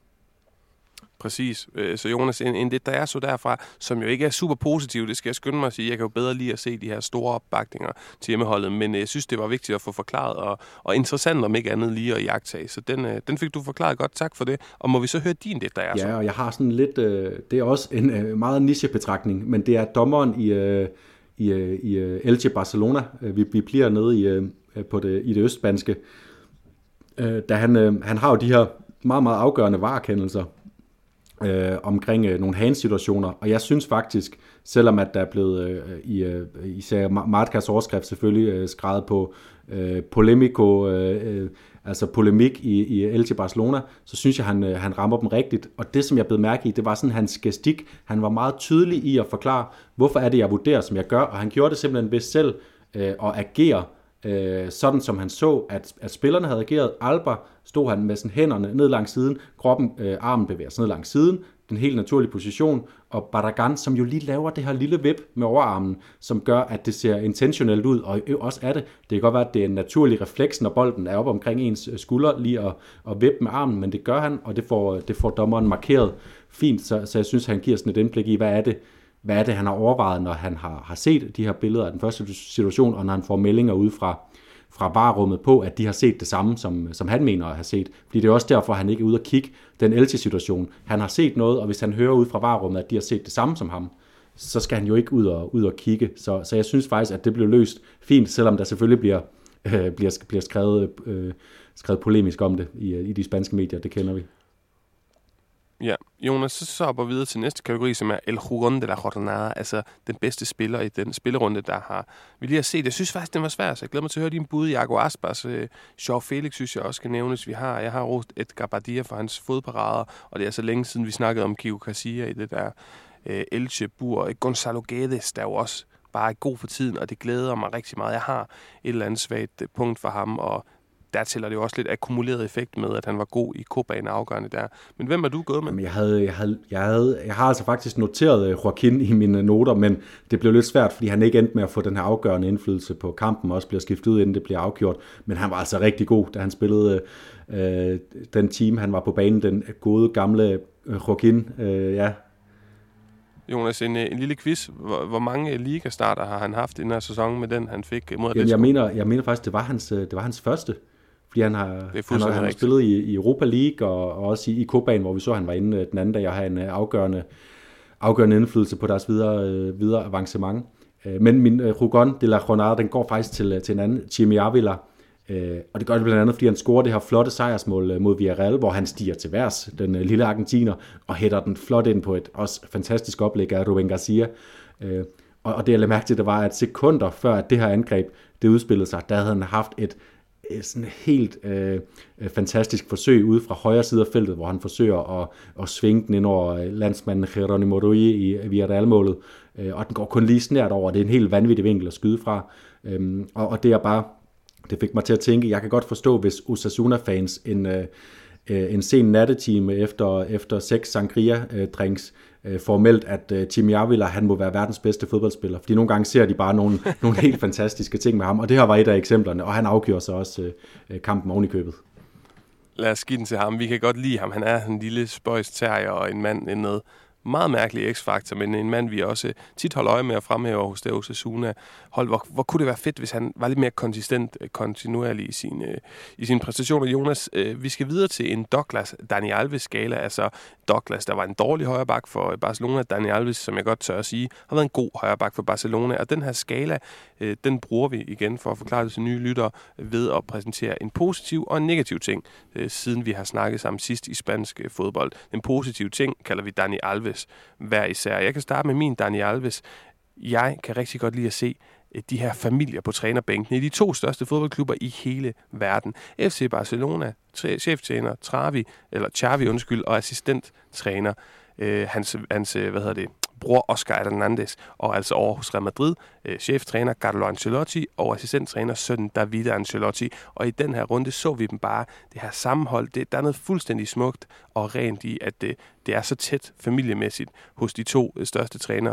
Præcis. Så Jonas, en, en det der er så derfra, som jo ikke er super positiv, det skal jeg skynde mig at sige. Jeg kan jo bedre lide at se de her store opbakninger til hjemmeholdet, men jeg synes, det var vigtigt at få forklaret, og, og interessant om ikke andet lige at jagtage. Så den, den fik du forklaret godt. Tak for det. Og må vi så høre din det der er så? Ja, og jeg har sådan lidt, øh, det er også en øh, meget nichebetragtning, men det er dommeren i, øh, i, øh, i øh, Elche Barcelona. Vi, vi bliver nede i, øh, på det, i det østspanske. Øh, da han, øh, han har jo de her meget, meget afgørende varekendelser, Øh, omkring øh, nogle handsituationer, og jeg synes faktisk, selvom at der er blevet øh, i øh, især Marcas overskrift selvfølgelig øh, skrevet på øh, polemico, øh, øh, altså polemik i, i Elche Barcelona, så synes jeg, han, øh, han rammer dem rigtigt, og det som jeg blev mærke i, det var sådan hans gestik, han var meget tydelig i at forklare, hvorfor er det, jeg vurderer, som jeg gør, og han gjorde det simpelthen ved selv øh, at agere Øh, sådan som han så, at, at spillerne havde ageret. Alba stod han med sådan hænderne ned langs siden, kroppen, øh, armen bevæger sig ned langs siden, den helt naturlige position, og Barragán, som jo lige laver det her lille vip med overarmen, som gør, at det ser intentionelt ud, og også er det. Det kan godt være, at det er en naturlig refleks, når bolden er oppe omkring ens skulder, lige at, at vippe med armen, men det gør han, og det får, det får dommeren markeret fint, så, så jeg synes, han giver sådan et indblik i, hvad er det, hvad er det, han har overvejet, når han har, har set de her billeder af den første situation, og når han får meldinger ud fra, fra varerummet på, at de har set det samme, som, som han mener at have set. Fordi det er også derfor, han ikke er ude og kigge den Elche-situation. Han har set noget, og hvis han hører ud fra varerummet, at de har set det samme som ham, så skal han jo ikke ud og, ud og kigge. Så, så jeg synes faktisk, at det blev løst fint, selvom der selvfølgelig bliver, øh, bliver, bliver skrevet, øh, skrevet polemisk om det i, i de spanske medier. Det kender vi. Ja, Jonas, så, så hopper vi videre til næste kategori, som er El Jugón de la Jornada, altså den bedste spiller i den spillerunde, der har vi lige har set. Jeg synes faktisk, den var svær, så jeg glæder mig til at høre din bud. Iago Aspas, øh, Joao Felix synes jeg også skal nævnes. Vi har, jeg har rost Edgar Badia for hans fodparader, og det er så længe siden, vi snakkede om Kiko Casilla i det der øh, Elche-bur. Gonzalo Guedes, der er jo også bare god for tiden, og det glæder mig rigtig meget. Jeg har et eller andet svagt punkt for ham, og der tæller det jo også lidt akkumuleret effekt med, at han var god i Copaen afgørende der. Men hvem er du gået med? Jamen, jeg, havde, jeg, havde, jeg, havde, jeg har altså faktisk noteret Joaquin i mine noter, men det blev lidt svært, fordi han ikke endte med at få den her afgørende indflydelse på kampen, og også bliver skiftet ud, inden det bliver afgjort. Men han var altså rigtig god, da han spillede øh, den team, han var på banen, den gode gamle Joaquin. Øh, ja. Jonas, en, en lille quiz. Hvor, hvor mange ligastarter har han haft i den her sæson med den, han fik mod Atletico? Jeg mener, jeg mener faktisk, det var hans, det var hans første. Fordi han har, han har, han har spillet i, i Europa League og, og også i, i Copaen, hvor vi så, han var inde den anden dag og havde en afgørende, afgørende indflydelse på deres videre, øh, videre avancement. Men min uh, Jugón de la Jornada, den går faktisk til, til en anden, Chimi Avila. Øh, og det gør det blandt andet, fordi han scorer det her flotte sejrsmål mod Villarreal, hvor han stiger til værs, den uh, lille argentiner, og hætter den flot ind på et også fantastisk oplæg af Ruben Garcia. Øh, og, og det jeg lagde mærke til, det var, at sekunder før at det her angreb, det udspillede sig, der havde han haft et sådan helt øh, fantastisk forsøg ude fra højre side af feltet, hvor han forsøger at, at svinge den ind over landsmanden Geronimo Rui i Villarreal-målet, øh, og den går kun lige snært over. Det er en helt vanvittig vinkel at skyde fra, øhm, og, og det er bare, det fik mig til at tænke, jeg kan godt forstå, hvis Osasuna-fans en, øh, en sen nattetime efter, efter seks sangria-drinks øh, formelt, at øh, Chimi Avila, han må være verdens bedste fodboldspiller. Fordi nogle gange ser de bare nogle, nogle helt fantastiske ting med ham, og det her var et af eksemplerne, og han afgjorde så også øh, kampen oven i købet. Lad os give den til ham. Vi kan godt lide ham. Han er en lille spøjs terrier og en mand med meget mærkelig x-faktor, men en mand, vi også tit holder øje med at fremhæve hos det Osasuna. Hold, hvor, hvor kunne det være fedt, hvis han var lidt mere konsistent, kontinuerlig i sine, i sine præstationer. Jonas, øh, vi skal videre til en Douglas Dani Alves-skala. Altså Douglas, der var en dårlig højreback for Barcelona. Dani Alves, som jeg godt tør at sige, har været en god højreback for Barcelona. Og den her skala, øh, den bruger vi igen for at forklare det til nye lyttere ved at præsentere en positiv og en negativ ting, øh, siden vi har snakket sammen sidst i spansk øh, fodbold. En positiv ting kalder vi Dani Alves hver især. Jeg kan starte med min Dani Alves. Jeg kan rigtig godt lide at se de her familier på trænerbænken i de to største fodboldklubber i hele verden. F C Barcelona, cheftræner Xavi, eller Xavi, undskyld, og assistenttræner øh, hans, hans, hvad hedder det, bror Oscar Hernandez, og altså over hos Real Madrid, øh, cheftræner Carlo Ancelotti og assistenttræner søn David Ancelotti. Og i den her runde så vi dem bare, det her sammenhold, det, der er noget fuldstændig smukt og rent i, at det, det er så tæt familiemæssigt hos de to øh, største trænere.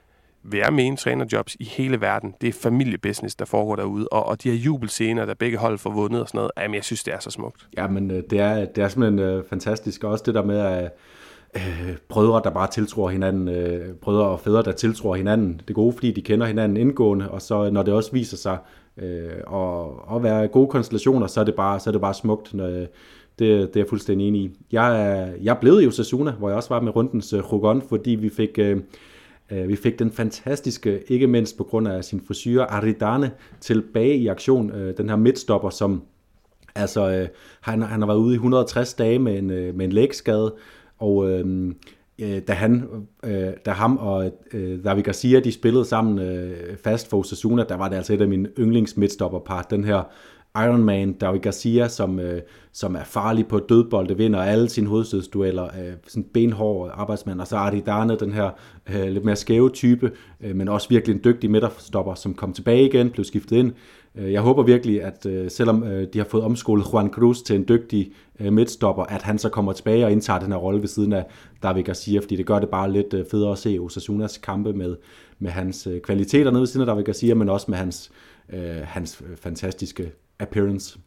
Vil jeg mene trænerjobs i hele verden, det er familiebusiness, der foregår derude, og, og de her jubelscener, der begge hold får vundet og sådan noget, jamen jeg synes, det er så smukt. Ja, men øh, det, er, det er simpelthen øh, fantastisk, og også det der med, at Øh, brødre, der bare tiltror hinanden, øh, brødre og fædre, der tiltror hinanden det gode, fordi de kender hinanden indgående, og så når det også viser sig øh, at, at være gode konstellationer, så er det bare, så er det bare smukt. Når, det, det er jeg fuldstændig enig i. Jeg er, jeg er blevet i Osasuna, hvor jeg også var med rundens uh, Jugón, fordi vi fik, øh, vi fik den fantastiske, ikke mindst på grund af sin frisyre, Aridane tilbage i aktion. Øh, den her midtstopper, som altså, øh, han, han har været ude i et hundrede og tres dage med en, med en lægskade. Og øh, da, han, øh, da ham og øh, David Garcia, de spillede sammen øh, fast for Osasuna, der var det altså et af mine yndlingsmidtstopperpar. Den her Ironman, David Garcia, som, øh, som er farlig på dødbolde, vinder alle sine hovedstødsdueller, øh, sådan benhård arbejdsmand. Og så Aridane, den her øh, lidt mere skæve type, øh, men også virkelig en dygtig midterstopper, som kom tilbage igen, blev skiftet ind. Jeg håber virkelig, at øh, selvom øh, de har fået omskolet Juan Cruz til en dygtig øh, midtstopper, at han så kommer tilbage og indtager den her rolle ved siden af David Garcia, fordi det gør det bare lidt øh, federe at se Osasunas kampe med, med hans øh, kvaliteter nede ved siden af David Garcia, men også med hans, øh, hans fantastiske appearance.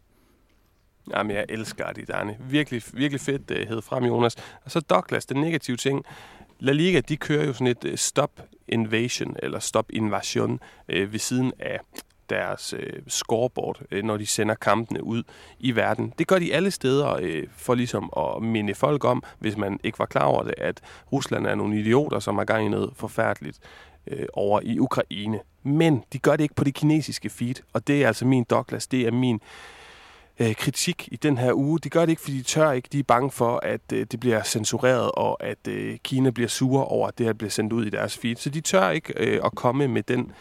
Jamen, jeg elsker Aridane. Virkelig, virkelig fedt uh, hed frem, Jonas. Og så Douglas, den negative ting. La Liga, de kører jo sådan et uh, stop Invasion eller Stop Invasion øh, ved siden af deres øh, scoreboard, øh, når de sender kampene ud i verden. Det gør de alle steder øh, for ligesom at minde folk om, hvis man ikke var klar over det, at Rusland er nogle idioter, som har gang i noget forfærdeligt øh, over i Ukraine. Men de gør det ikke på det kinesiske feed, og det er altså min Douglas, det er min øh, kritik i den her uge. De gør det ikke, fordi de tør ikke. De er bange for, at øh, det bliver censureret, og at øh, Kina bliver sure over, at det her bliver sendt ud i deres feed. Så de tør ikke øh, at komme med den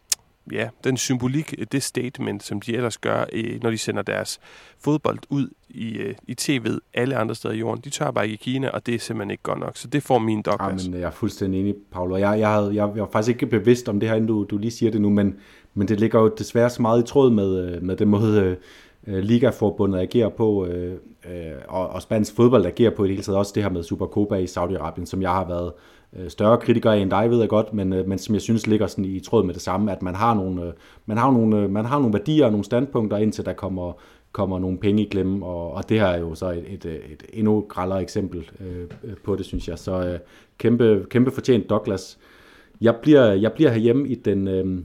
ja, den symbolik, det statement, som de ellers gør, når de sender deres fodbold ud i, i T V'et alle andre steder i jorden. De tør bare ikke i Kina, og det er simpelthen ikke godt nok. Så det får min Douglas. Ja, men jeg er fuldstændig enig, Paolo. Jeg, jeg, havde, jeg, jeg var faktisk ikke bevidst om det her, inden du, du lige siger det nu, men, men det ligger jo desværre så meget i tråd med, med den måde, uh, Ligaforbundet agerer på, uh, uh, og, og spansk fodbold agerer på i det hele taget. Også det her med Supercopa i Saudi-Arabien, som jeg har været større kritikere end dig, ved jeg godt, men, men som jeg synes ligger sådan i tråd med det samme, at man har nogle, man har nogle, man har nogle værdier og nogle standpunkter, indtil der kommer, kommer nogle penge i klemme, og, og det her er jo så et, et, et endnu grellere eksempel øh, på det, synes jeg. Så øh, kæmpe, kæmpe fortjent Douglas. Jeg bliver, jeg bliver herhjemme i den, øh,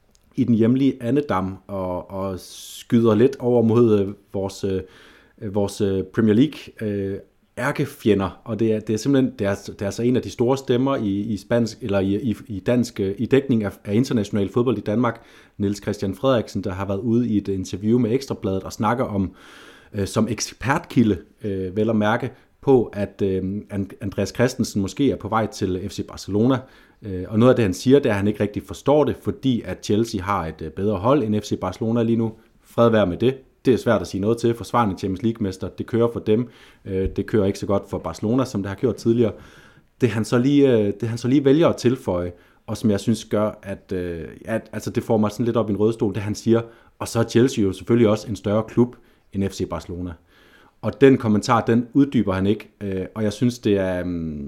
i den hjemlige Annedam, og, og skyder lidt over mod øh, vores, øh, vores Premier League øh, ærkefjender, og det er, det er simpelthen det er, det er altså en af de store stemmer i, i spansk eller i, i, i dansk i dækning af, af international fodbold i Danmark, Niels Christian Frederiksen, der har været ude i et interview med Ekstrabladet og snakker om øh, som ekspertkilde, øh, vel at mærke, på at øh, Andreas Christensen måske er på vej til F C Barcelona, øh, og noget af det han siger, det er at han ikke rigtig forstår det, fordi at Chelsea har et øh, bedre hold end F C Barcelona lige nu. Fred være med det. Det er svært at sige noget til. Forsvarende Champions League-mester, det kører for dem. Det kører ikke så godt for Barcelona, som det har kørt tidligere. Det han så lige, det han så lige vælger at tilføje, og som jeg synes gør, at, at altså det får mig sådan lidt op i en rødstol, det han siger, og så er Chelsea jo selvfølgelig også en større klub end F C Barcelona. Og den kommentar, den uddyber han ikke, og jeg synes, det er,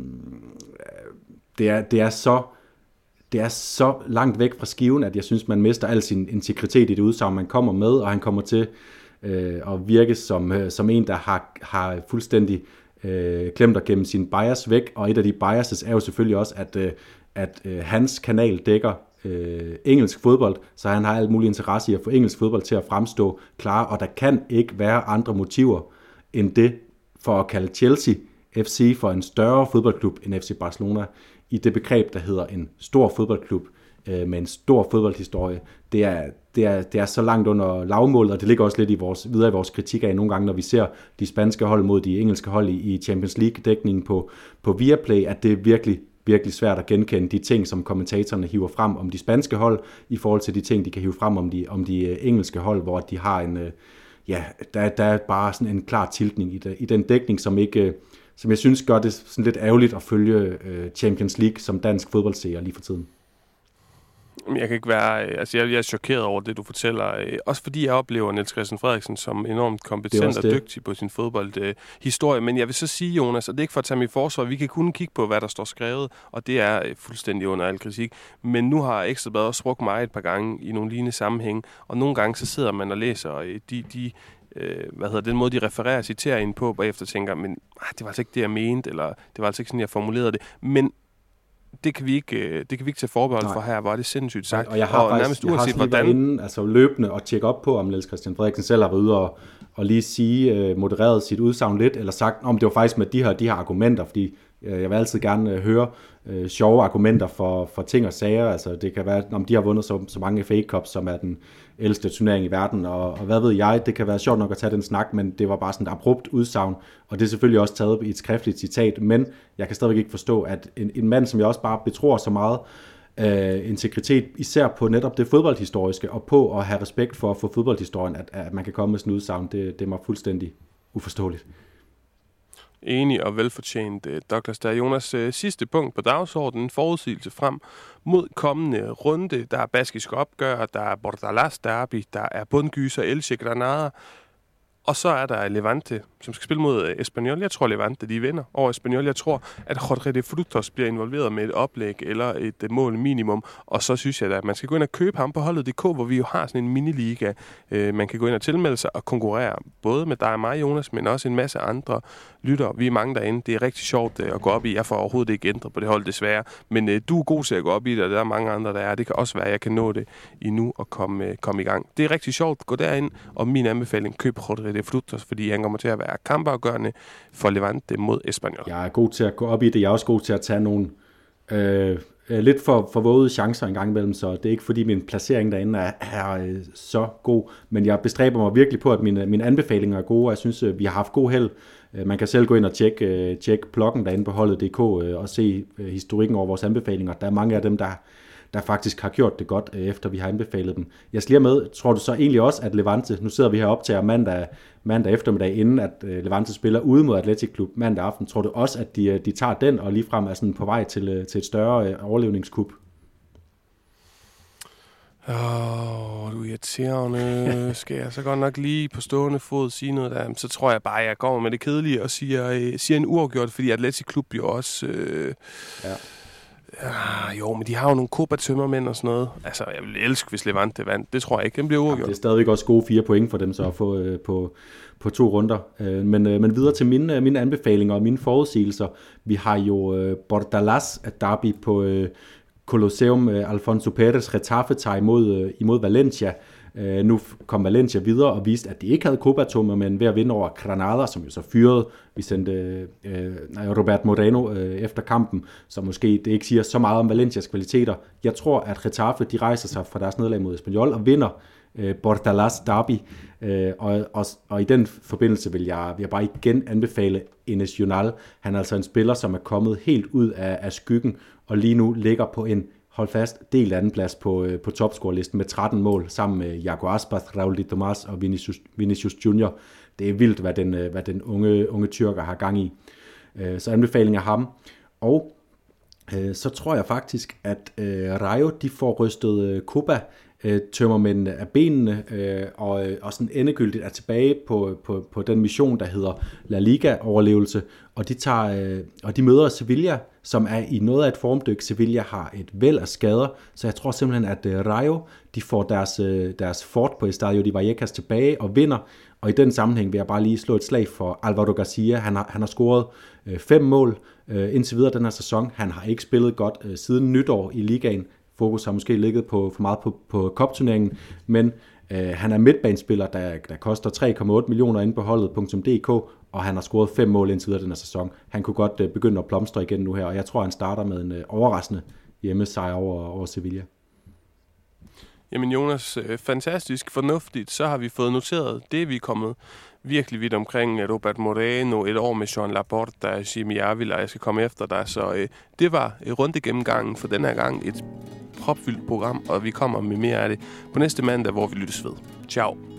det er, det er så... Det er så langt væk fra skiven, at jeg synes, man mister al sin integritet i det udsagn, man kommer med, og han kommer til øh, at virke som, øh, som en, der har, har fuldstændig øh, glemt at gemme sin bias væk, og et af de biases er jo selvfølgelig også, at, øh, at øh, hans kanal dækker øh, engelsk fodbold, så han har alt mulig interesse i at få engelsk fodbold til at fremstå klar, og der kan ikke være andre motiver end det for at kalde Chelsea F C for en større fodboldklub end F C Barcelona, i det begreb, der hedder en stor fodboldklub øh, med en stor fodboldhistorie. Det er, det, er, det er så langt under lavmålet, og det ligger også lidt i vores, videre i vores kritik af nogle gange, når vi ser de spanske hold mod de engelske hold i, i Champions League-dækningen på, på Viaplay, at det er virkelig, virkelig svært at genkende de ting, som kommentatorerne hiver frem om de spanske hold, i forhold til de ting, de kan hive frem om de, om de engelske hold, hvor de har en, øh, ja, der, der er bare sådan en klar tiltning i, det, i den dækning, som ikke... som jeg synes gør det sådan lidt ærgerligt at følge øh, Champions League som dansk fodboldseer lige for tiden. Jeg kan ikke være, altså jeg, jeg er chokeret over det, du fortæller. Også fordi jeg oplever Niels Christian Frederiksen som enormt kompetent og dygtig på sin fodboldhistorie. Men jeg vil så sige, Jonas, og det er ikke for at tage mig i forsvar, vi kan kun kigge på, hvad der står skrevet, og det er fuldstændig under al kritik. Men nu har Ekstrabladet også brugt mig et par gange i nogle lignende sammenhæng, og nogle gange så sidder man og læser de... de Øh, hvad hedder den måde, de refererer og citerer ind på, og efter tænker, men ah, det var altså ikke det, jeg mente, eller det var altså ikke sådan, jeg formulerede det. Men det kan vi ikke, det kan vi ikke tage forbehold for her, hvor er det sindssygt sagt. Og jeg har og faktisk, nærmest jeg har uanset, lige været inde, altså løbende og tjekke op på, om Niels Christian Frederiksen selv har været ude og, og lige sige, uh, modereret sit udsagn lidt, eller sagt, om det var faktisk med de her, de her argumenter, fordi uh, jeg vil altid gerne uh, høre uh, sjove argumenter for, for ting og sager. Altså det kan være, om de har vundet så, så mange F A Cups, som er den ældste turnering i verden, og, og hvad ved jeg, det kan være sjovt nok at tage den snak, men det var bare sådan et abrupt udsagn, og det er selvfølgelig også taget i et skriftligt citat, men jeg kan stadigvæk ikke forstå, at en, en mand, som jeg også bare betror så meget øh, integritet, især på netop det fodboldhistoriske, og på at have respekt for, for fodboldhistorien, at, at man kan komme med sådan et udsagn, det, det er mig fuldstændig uforståeligt. Enig og velfortjent, Douglas. Der er Jonas øh, sidste punkt på dagsordenen, forudsigelse frem mod kommende runde. Der er baskisk opgør, der er Bordalas derby, der er bundgyser, Elche Granada. Og så er der Levante, som skal spille mod Espanyol. Jeg tror, Levante de vinder over Espanyol. Jeg tror, at Jorge de Frutos bliver involveret med et oplæg eller et mål minimum. Og så synes jeg, at man skal gå ind og købe ham på holdet punktum d k, hvor vi jo har sådan en miniliga. Man kan gå ind og tilmelde sig og konkurrere, både med dig og mig, Jonas, men også en masse andre lyttere. Vi er mange derinde. Det er rigtig sjovt at gå op i. Jeg får overhovedet ikke ændret på det hold, desværre. Men du er god til at gå op i det, og der er mange andre, der er. Det kan også være, at jeg kan nå det endnu og komme, komme i gang. Det er rigtig sjovt. Gå derind, og min anbefaling, køb Jorge de Frutos, fordi han kommer til at være kampafgørende for Levante mod Espanyol. Jeg er god til at gå op i det. Jeg er også god til at tage nogle øh, lidt for, for vågede chancer en gang imellem, så det er ikke fordi min placering derinde er, er øh, så god, men jeg bestræber mig virkelig på, at mine, mine anbefalinger er gode, og jeg synes, vi har haft god held. Man kan selv gå ind og tjekke, tjekke bloggen derinde på holdet punktum d k og se historikken over vores anbefalinger. Der er mange af dem, der der faktisk har gjort det godt, efter vi har anbefalet dem. Jeg skal lige med, tror du så egentlig også, at Levante, nu sidder vi heroppe til mandag, mandag eftermiddag, inden at Levante spiller ude mod Athletic Club mandag aften, tror du også, at de, de tager den, og ligefrem er sådan på vej til, til et større overlevningskup? Åh, oh, du er irriterende. Skal jeg så godt nok lige på stående fod sige noget der? Så tror jeg bare, at jeg går med det kedelige og siger, siger en uafgjort, fordi Athletic Club jo også... Øh, ja. Ah, jo, men de har jo nogle Copa-tømmermænd og sådan noget. Altså, jeg vil elske, hvis Levante vandt. Det tror jeg ikke. Den bliver uafgjort. Ja, det er stadigvæk også gode fire point for dem så at få øh, på, på to runder. Øh, men, øh, men videre til mine, mine anbefalinger og mine forudsigelser. Vi har jo øh, Bordalas derby på øh, Colosseum. Øh, Alfonso Pérez Retafe tager imod, øh, imod Valencia. Uh, nu kom Valencia videre og viste, at de ikke havde Copa-tummer, men ved at vinde over Granada, som jo så fyrede. Vi sendte uh, Robert Moreno uh, efter kampen, så måske det ikke siger så meget om Valencias kvaliteter. Jeg tror, at Getafe de rejser sig fra deres nederlag mod Espanyol og vinder uh, Bordalas derby. Uh, og, og, og i den forbindelse vil jeg, vil jeg bare igen anbefale Enes Jonal. Han er altså en spiller, som er kommet helt ud af, af skyggen, og lige nu ligger på en hold fast, delt anden plads på, på topscore-listen med tretten mål, sammen med Iago Aspas, Raúl de Tomás og Vinicius, Vinicius Junior Det er vildt, hvad den, hvad den unge, unge tyrker har gang i. Så anbefaling af ham. Og så tror jeg faktisk, at Rayo, de får rystet Copa tømmermændene af benene, og, og sådan endegyldigt er tilbage på, på, på den mission, der hedder La Liga-overlevelse, og de, tager, og de møder Sevilla, som er i noget af et formdyk. Sevilla har et væld af skader, så jeg tror simpelthen, at Rayo, de får deres, deres fort på Estadio de Vallecas tilbage og vinder, og i den sammenhæng vil jeg bare lige slå et slag for Alvaro Garcia. Han har, han har scoret fem mål indtil videre den her sæson. Han har ikke spillet godt siden nytår i ligaen. Fokus har måske ligget på, for meget på, på cup-turneringen, men øh, han er midtbanespiller, der, der koster tre komma otte millioner inde på holdet punktum d k, og han har scoret fem mål indtil videre den her sæson. Han kunne godt øh, begynde at blomstre igen nu her, og jeg tror, han starter med en øh, overraskende hjemmesejr over, over Sevilla. Jamen Jonas, øh, fantastisk fornuftigt, så har vi fået noteret det, vi er kommet virkelig vidt omkring Robert Moreno, et år med Joan Laporta, Jimmy Avila, jeg skal komme efter dig, så øh, det var runde gennemgangen for den her gang, et propfyldt program, og vi kommer med mere af det på næste mandag, hvor vi lyttes ved. Ciao.